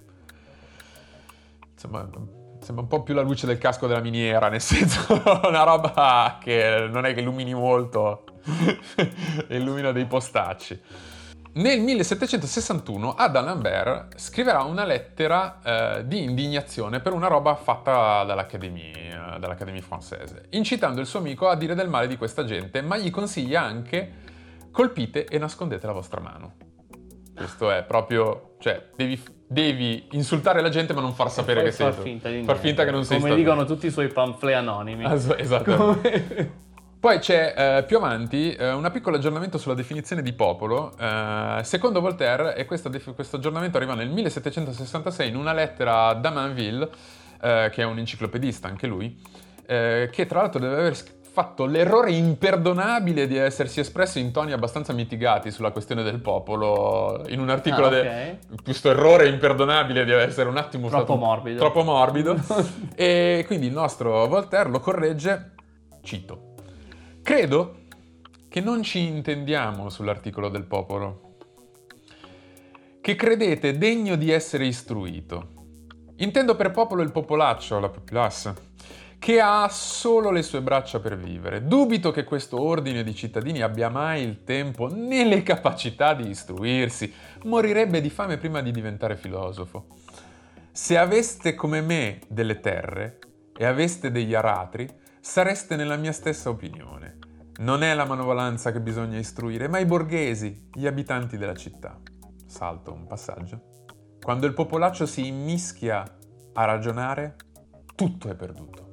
insomma, sembra un po' più la luce del casco della miniera, nel senso, una roba che non è che illumini molto, illumina dei postacci. Nel 1761 D'Alembert scriverà una lettera di indignazione per una roba fatta dall'Académie française, incitando il suo amico a dire del male di questa gente, ma gli consiglia anche: colpite e nascondete la vostra mano. Questo è proprio, cioè, devi insultare la gente ma non far sapere che sei tu. Far finta che non sei come dicono tutti i suoi pamphlet anonimi. Esatto. Poi c'è più avanti un piccolo aggiornamento sulla definizione di popolo. Secondo Voltaire, e questo aggiornamento arriva nel 1766 in una lettera a Damanville, che è un enciclopedista anche lui, che tra l'altro deve aver fatto l'errore imperdonabile di essersi espresso in toni abbastanza mitigati sulla questione del popolo in un articolo questo errore imperdonabile di essere un attimo troppo morbido e quindi il nostro Voltaire lo corregge, cito: Credo che non ci intendiamo sull'articolo del popolo, che credete degno di essere istruito. Intendo per popolo il popolaccio, la populace, che ha solo le sue braccia per vivere. Dubito che questo ordine di cittadini abbia mai il tempo né le capacità di istruirsi. Morirebbe di fame prima di diventare filosofo. Se aveste come me delle terre e aveste degli aratri, sareste nella mia stessa opinione. Non è la manovalanza che bisogna istruire, ma i borghesi, gli abitanti della città. Salto un passaggio. Quando il popolaccio si immischia a ragionare, tutto è perduto.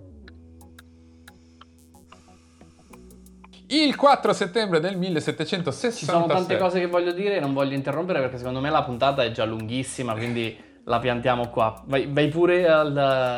Il 4 settembre del 1767... Ci sono tante cose che voglio dire e non voglio interrompere perché secondo me la puntata è già lunghissima, quindi la piantiamo qua. Vai pure ad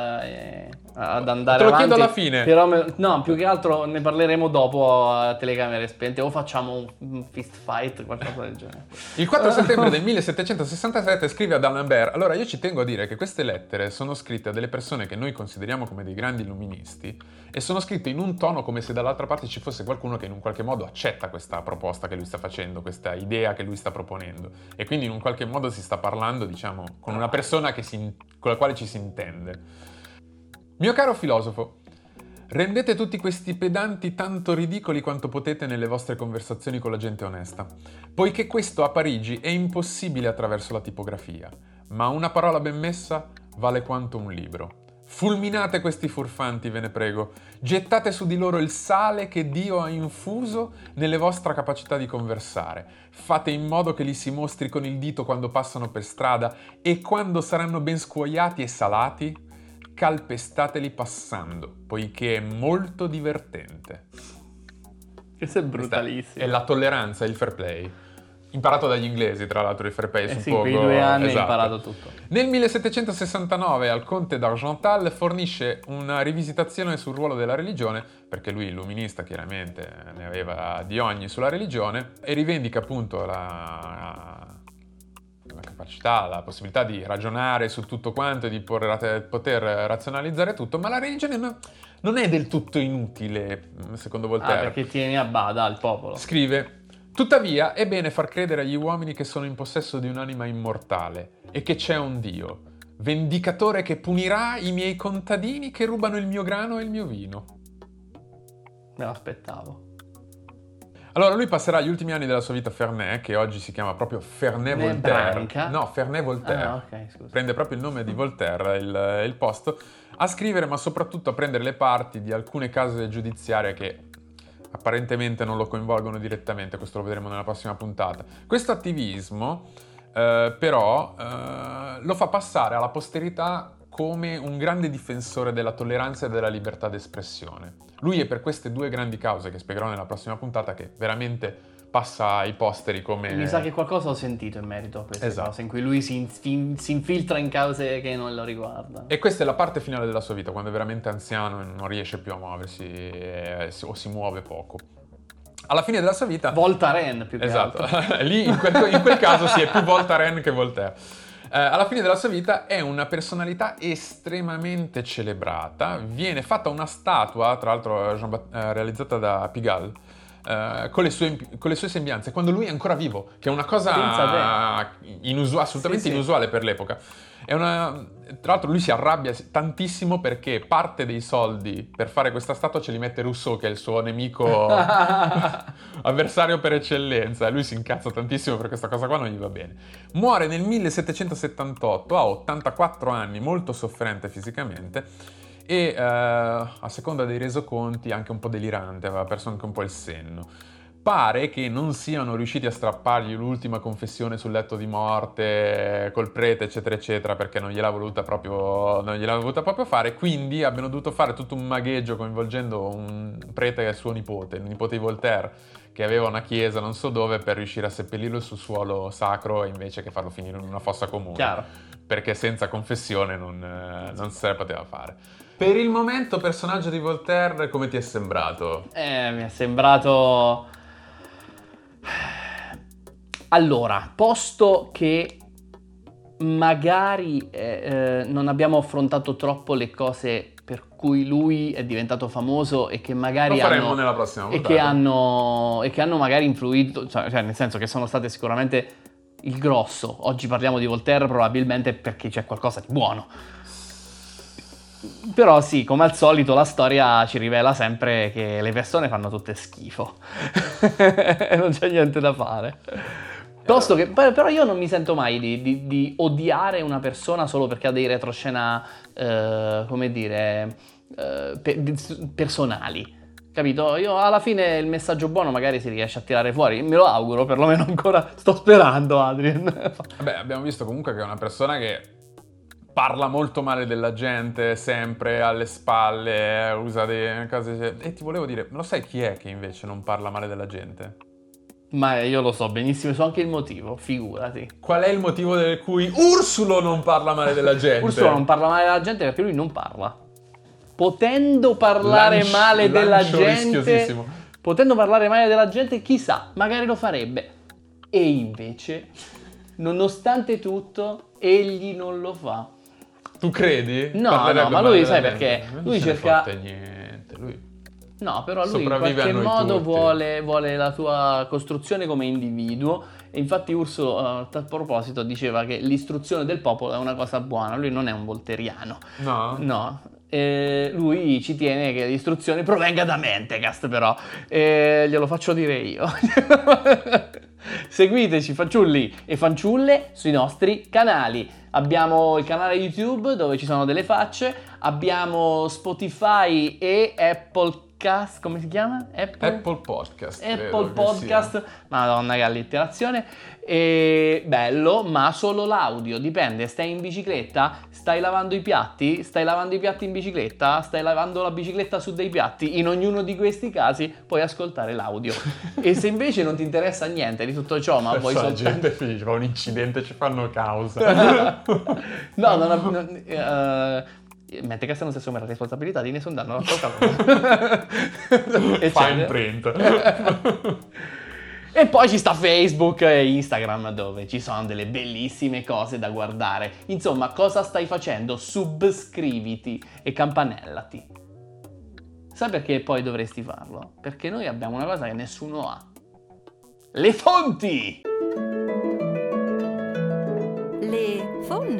andare Te lo avanti. chiedo alla fine. Però no, più che altro ne parleremo dopo a telecamere spente o facciamo un fist fight, qualcosa del genere. Il 4 settembre del 1767 scrive ad D'Alembert. Allora io ci tengo a dire che queste lettere sono scritte a delle persone che noi consideriamo come dei grandi illuministi e sono scritte in un tono come se dall'altra parte ci fosse qualcuno che in un qualche modo accetta questa proposta che lui sta facendo, questa idea che lui sta proponendo, e quindi in un qualche modo si sta parlando, diciamo, con una persona con la quale ci si intende. Mio caro filosofo, rendete tutti questi pedanti tanto ridicoli quanto potete nelle vostre conversazioni con la gente onesta, poiché questo a Parigi è impossibile attraverso la tipografia, ma una parola ben messa vale quanto un libro. Fulminate questi furfanti, ve ne prego. Gettate su di loro il sale che Dio ha infuso nelle vostre capacità di conversare. Fate in modo che li si mostri con il dito quando passano per strada e quando saranno ben scuoiati e salati, calpestateli passando, poiché è molto divertente. Questo è brutalissimo. È la tolleranza e il fair play. Imparato dagli inglesi, tra l'altro, il fair play su sì, poco. quei 2 anni esatto. Hai imparato tutto. Nel 1769 al conte d'Argental fornisce una rivisitazione sul ruolo della religione, perché lui, illuminista, chiaramente ne aveva di ogni sulla religione, e rivendica appunto la capacità, la possibilità di ragionare su tutto quanto e di poter razionalizzare tutto, ma la religione non è del tutto inutile, secondo Voltaire. Perché tieni a bada al popolo. Scrive: tuttavia è bene far credere agli uomini che sono in possesso di un'anima immortale e che c'è un Dio, vendicatore che punirà i miei contadini che rubano il mio grano e il mio vino. Me l'aspettavo. Allora lui passerà gli ultimi anni della sua vita a Ferney, che oggi si chiama proprio Ferney-Voltaire. Branca? No, Ferney-Voltaire. Ok, scusa. Prende proprio il nome di Voltaire, il posto, a scrivere, ma soprattutto a prendere le parti di alcune cause giudiziarie che apparentemente non lo coinvolgono direttamente. Questo lo vedremo nella prossima puntata. Questo attivismo però lo fa passare alla posterità come un grande difensore della tolleranza e della libertà d'espressione. Lui è per queste 2 grandi cause, che spiegherò nella prossima puntata, che veramente passa ai posteri come... Mi sa che qualcosa ho sentito in merito a queste Esatto. cose, in cui lui si infiltra in cause che non lo riguardano. E questa è la parte finale della sua vita, quando è veramente anziano e non riesce più a muoversi o si muove poco. Alla fine della sua vita... Voltaren, più che esatto. altro. Lì in quel caso si è più Voltaren che Voltaire. Alla fine della sua vita è una personalità estremamente celebrata. Viene fatta una statua, tra l'altro realizzata da Pigalle, con le sue sembianze, quando lui è ancora vivo, che è una cosa assolutamente inusuale per l'epoca. Tra l'altro lui si arrabbia tantissimo perché parte dei soldi per fare questa statua ce li mette Rousseau, che è il suo nemico avversario per eccellenza, e lui si incazza tantissimo per questa cosa qua, non gli va bene. Muore nel 1778, ha 84 anni, molto soffrente fisicamente e a seconda dei resoconti anche un po' delirante, aveva perso anche un po' il senno. Pare che non siano riusciti a strappargli l'ultima confessione sul letto di morte col prete, eccetera, eccetera, perché non gliel'ha voluta proprio fare, quindi abbiano dovuto fare tutto un magheggio coinvolgendo un prete che è suo nipote, il nipote di Voltaire, che aveva una chiesa non so dove, per riuscire a seppellirlo sul suolo sacro invece che farlo finire in una fossa comune. Chiaro. Perché senza confessione non se ne poteva fare. Per il momento, personaggio di Voltaire, come ti è sembrato? Mi è sembrato... Allora, posto che magari non abbiamo affrontato troppo le cose per cui lui è diventato famoso e che magari lo faremo nella prossima puntata. E che hanno magari influito, cioè nel senso che sono state sicuramente il grosso. Oggi parliamo di Voltaire probabilmente perché c'è qualcosa di buono. Però sì, come al solito la storia ci rivela sempre che le persone fanno tutte schifo. Non c'è niente da fare. Piuttosto che, però io non mi sento mai di odiare una persona solo perché ha dei retroscena, come dire, personali. Capito? Io alla fine il messaggio buono magari si riesce a tirare fuori. Me lo auguro, perlomeno ancora sto sperando, Adrian. Vabbè, abbiamo visto comunque che è una persona che parla molto male della gente, sempre alle spalle, usa delle cose... E ti volevo dire, lo sai chi è che invece non parla male della gente? Ma io lo so benissimo, so anche il motivo, figurati. Qual è il motivo per cui Ursulo non parla male della gente? Ursulo non parla male della gente perché lui non parla. Potendo parlare male della gente, potendo parlare male della gente, chissà, magari lo farebbe. E invece, nonostante tutto, egli non lo fa. Tu credi? No, ma lui sai perché? Lui cerca... niente, lui... No, però lui in qualche modo vuole la tua costruzione come individuo. E infatti Ursulo, a tal proposito, diceva che l'istruzione del popolo è una cosa buona. Lui non è un volteriano. No? No. Lui ci tiene che l'istruzione provenga da Mentecast, però. Glielo faccio dire io. Seguiteci, fanciulli e fanciulle, sui nostri canali. Abbiamo il canale YouTube dove ci sono delle facce. Abbiamo Spotify e Apple Cast, come si chiama? Apple Podcast. Apple Podcast, madonna che allitterazione. E bello, ma solo l'audio, dipende. Stai in bicicletta? Stai lavando i piatti? Stai lavando i piatti in bicicletta? Stai lavando la bicicletta su dei piatti? In ognuno di questi casi puoi ascoltare l'audio. E se invece non ti interessa niente di tutto ciò, ma vuoi soltanto... La gente finisce, fa un incidente, ci fanno causa. Mentecast non si assume la responsabilità di nessun danno Fine print. E poi ci sta Facebook e Instagram dove ci sono delle bellissime cose da guardare. Insomma, cosa stai facendo? Subscriviti e campanellati. Sai perché poi dovresti farlo? Perché noi abbiamo una cosa che nessuno ha. Le fonti! Le fonti.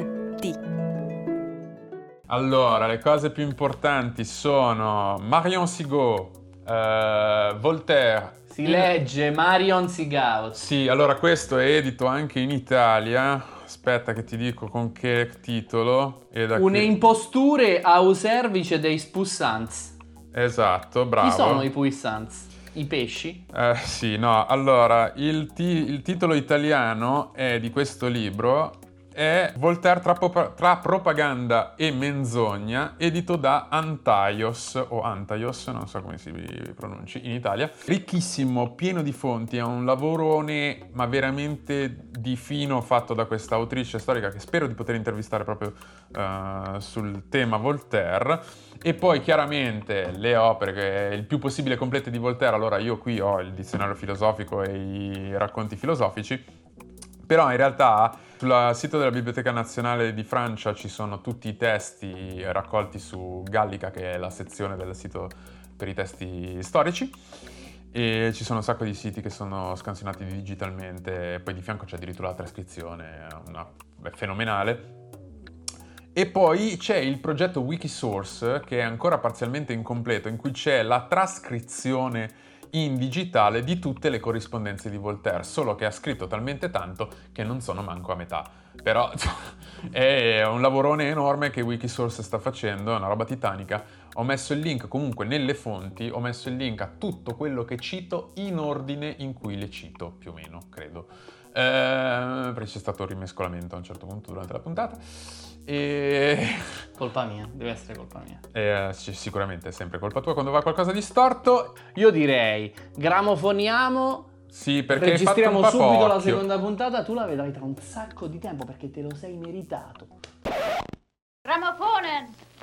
Allora, le cose più importanti sono Marion Sigaud, Voltaire. Si legge Marion Sigaud. Sì, allora questo è edito anche in Italia. Aspetta che ti dico con che titolo. Une imposture au service dei puissants. Esatto, bravo. Chi sono i puissants? I pesci? Sì, no. Allora, il titolo italiano di questo libro è Voltaire tra propaganda e menzogna, edito da Antaios, o Antaios, non so come si pronunci in Italia. Ricchissimo, pieno di fonti, è un lavorone, ma veramente di fino, fatto da questa autrice storica che spero di poter intervistare proprio sul tema Voltaire. E poi chiaramente le opere, che è il più possibile complete di Voltaire. Allora io qui ho il dizionario filosofico e i racconti filosofici, però in realtà sul sito della Biblioteca Nazionale di Francia ci sono tutti i testi raccolti su Gallica, che è la sezione del sito per i testi storici, e ci sono un sacco di siti che sono scansionati digitalmente, poi di fianco c'è addirittura la trascrizione, è fenomenale. E poi c'è il progetto Wikisource, che è ancora parzialmente incompleto, in cui c'è la trascrizione in digitale di tutte le corrispondenze di Voltaire, solo che ha scritto talmente tanto che non sono manco a metà. Però è un lavorone enorme che Wikisource sta facendo, è una roba titanica. Ho messo il link comunque nelle fonti, ho messo il link a tutto quello che cito in ordine in cui le cito, più o meno, credo. Perché c'è stato un rimescolamento a un certo punto durante la puntata. Colpa mia, deve essere colpa mia. Sicuramente è sempre colpa tua quando va qualcosa di storto. Io direi gramofoniamo. Sì, perché registriamo hai fatto un subito po' la occhio. seconda puntata. Tu la vedrai tra un sacco di tempo perché te lo sei meritato. Gramofonen!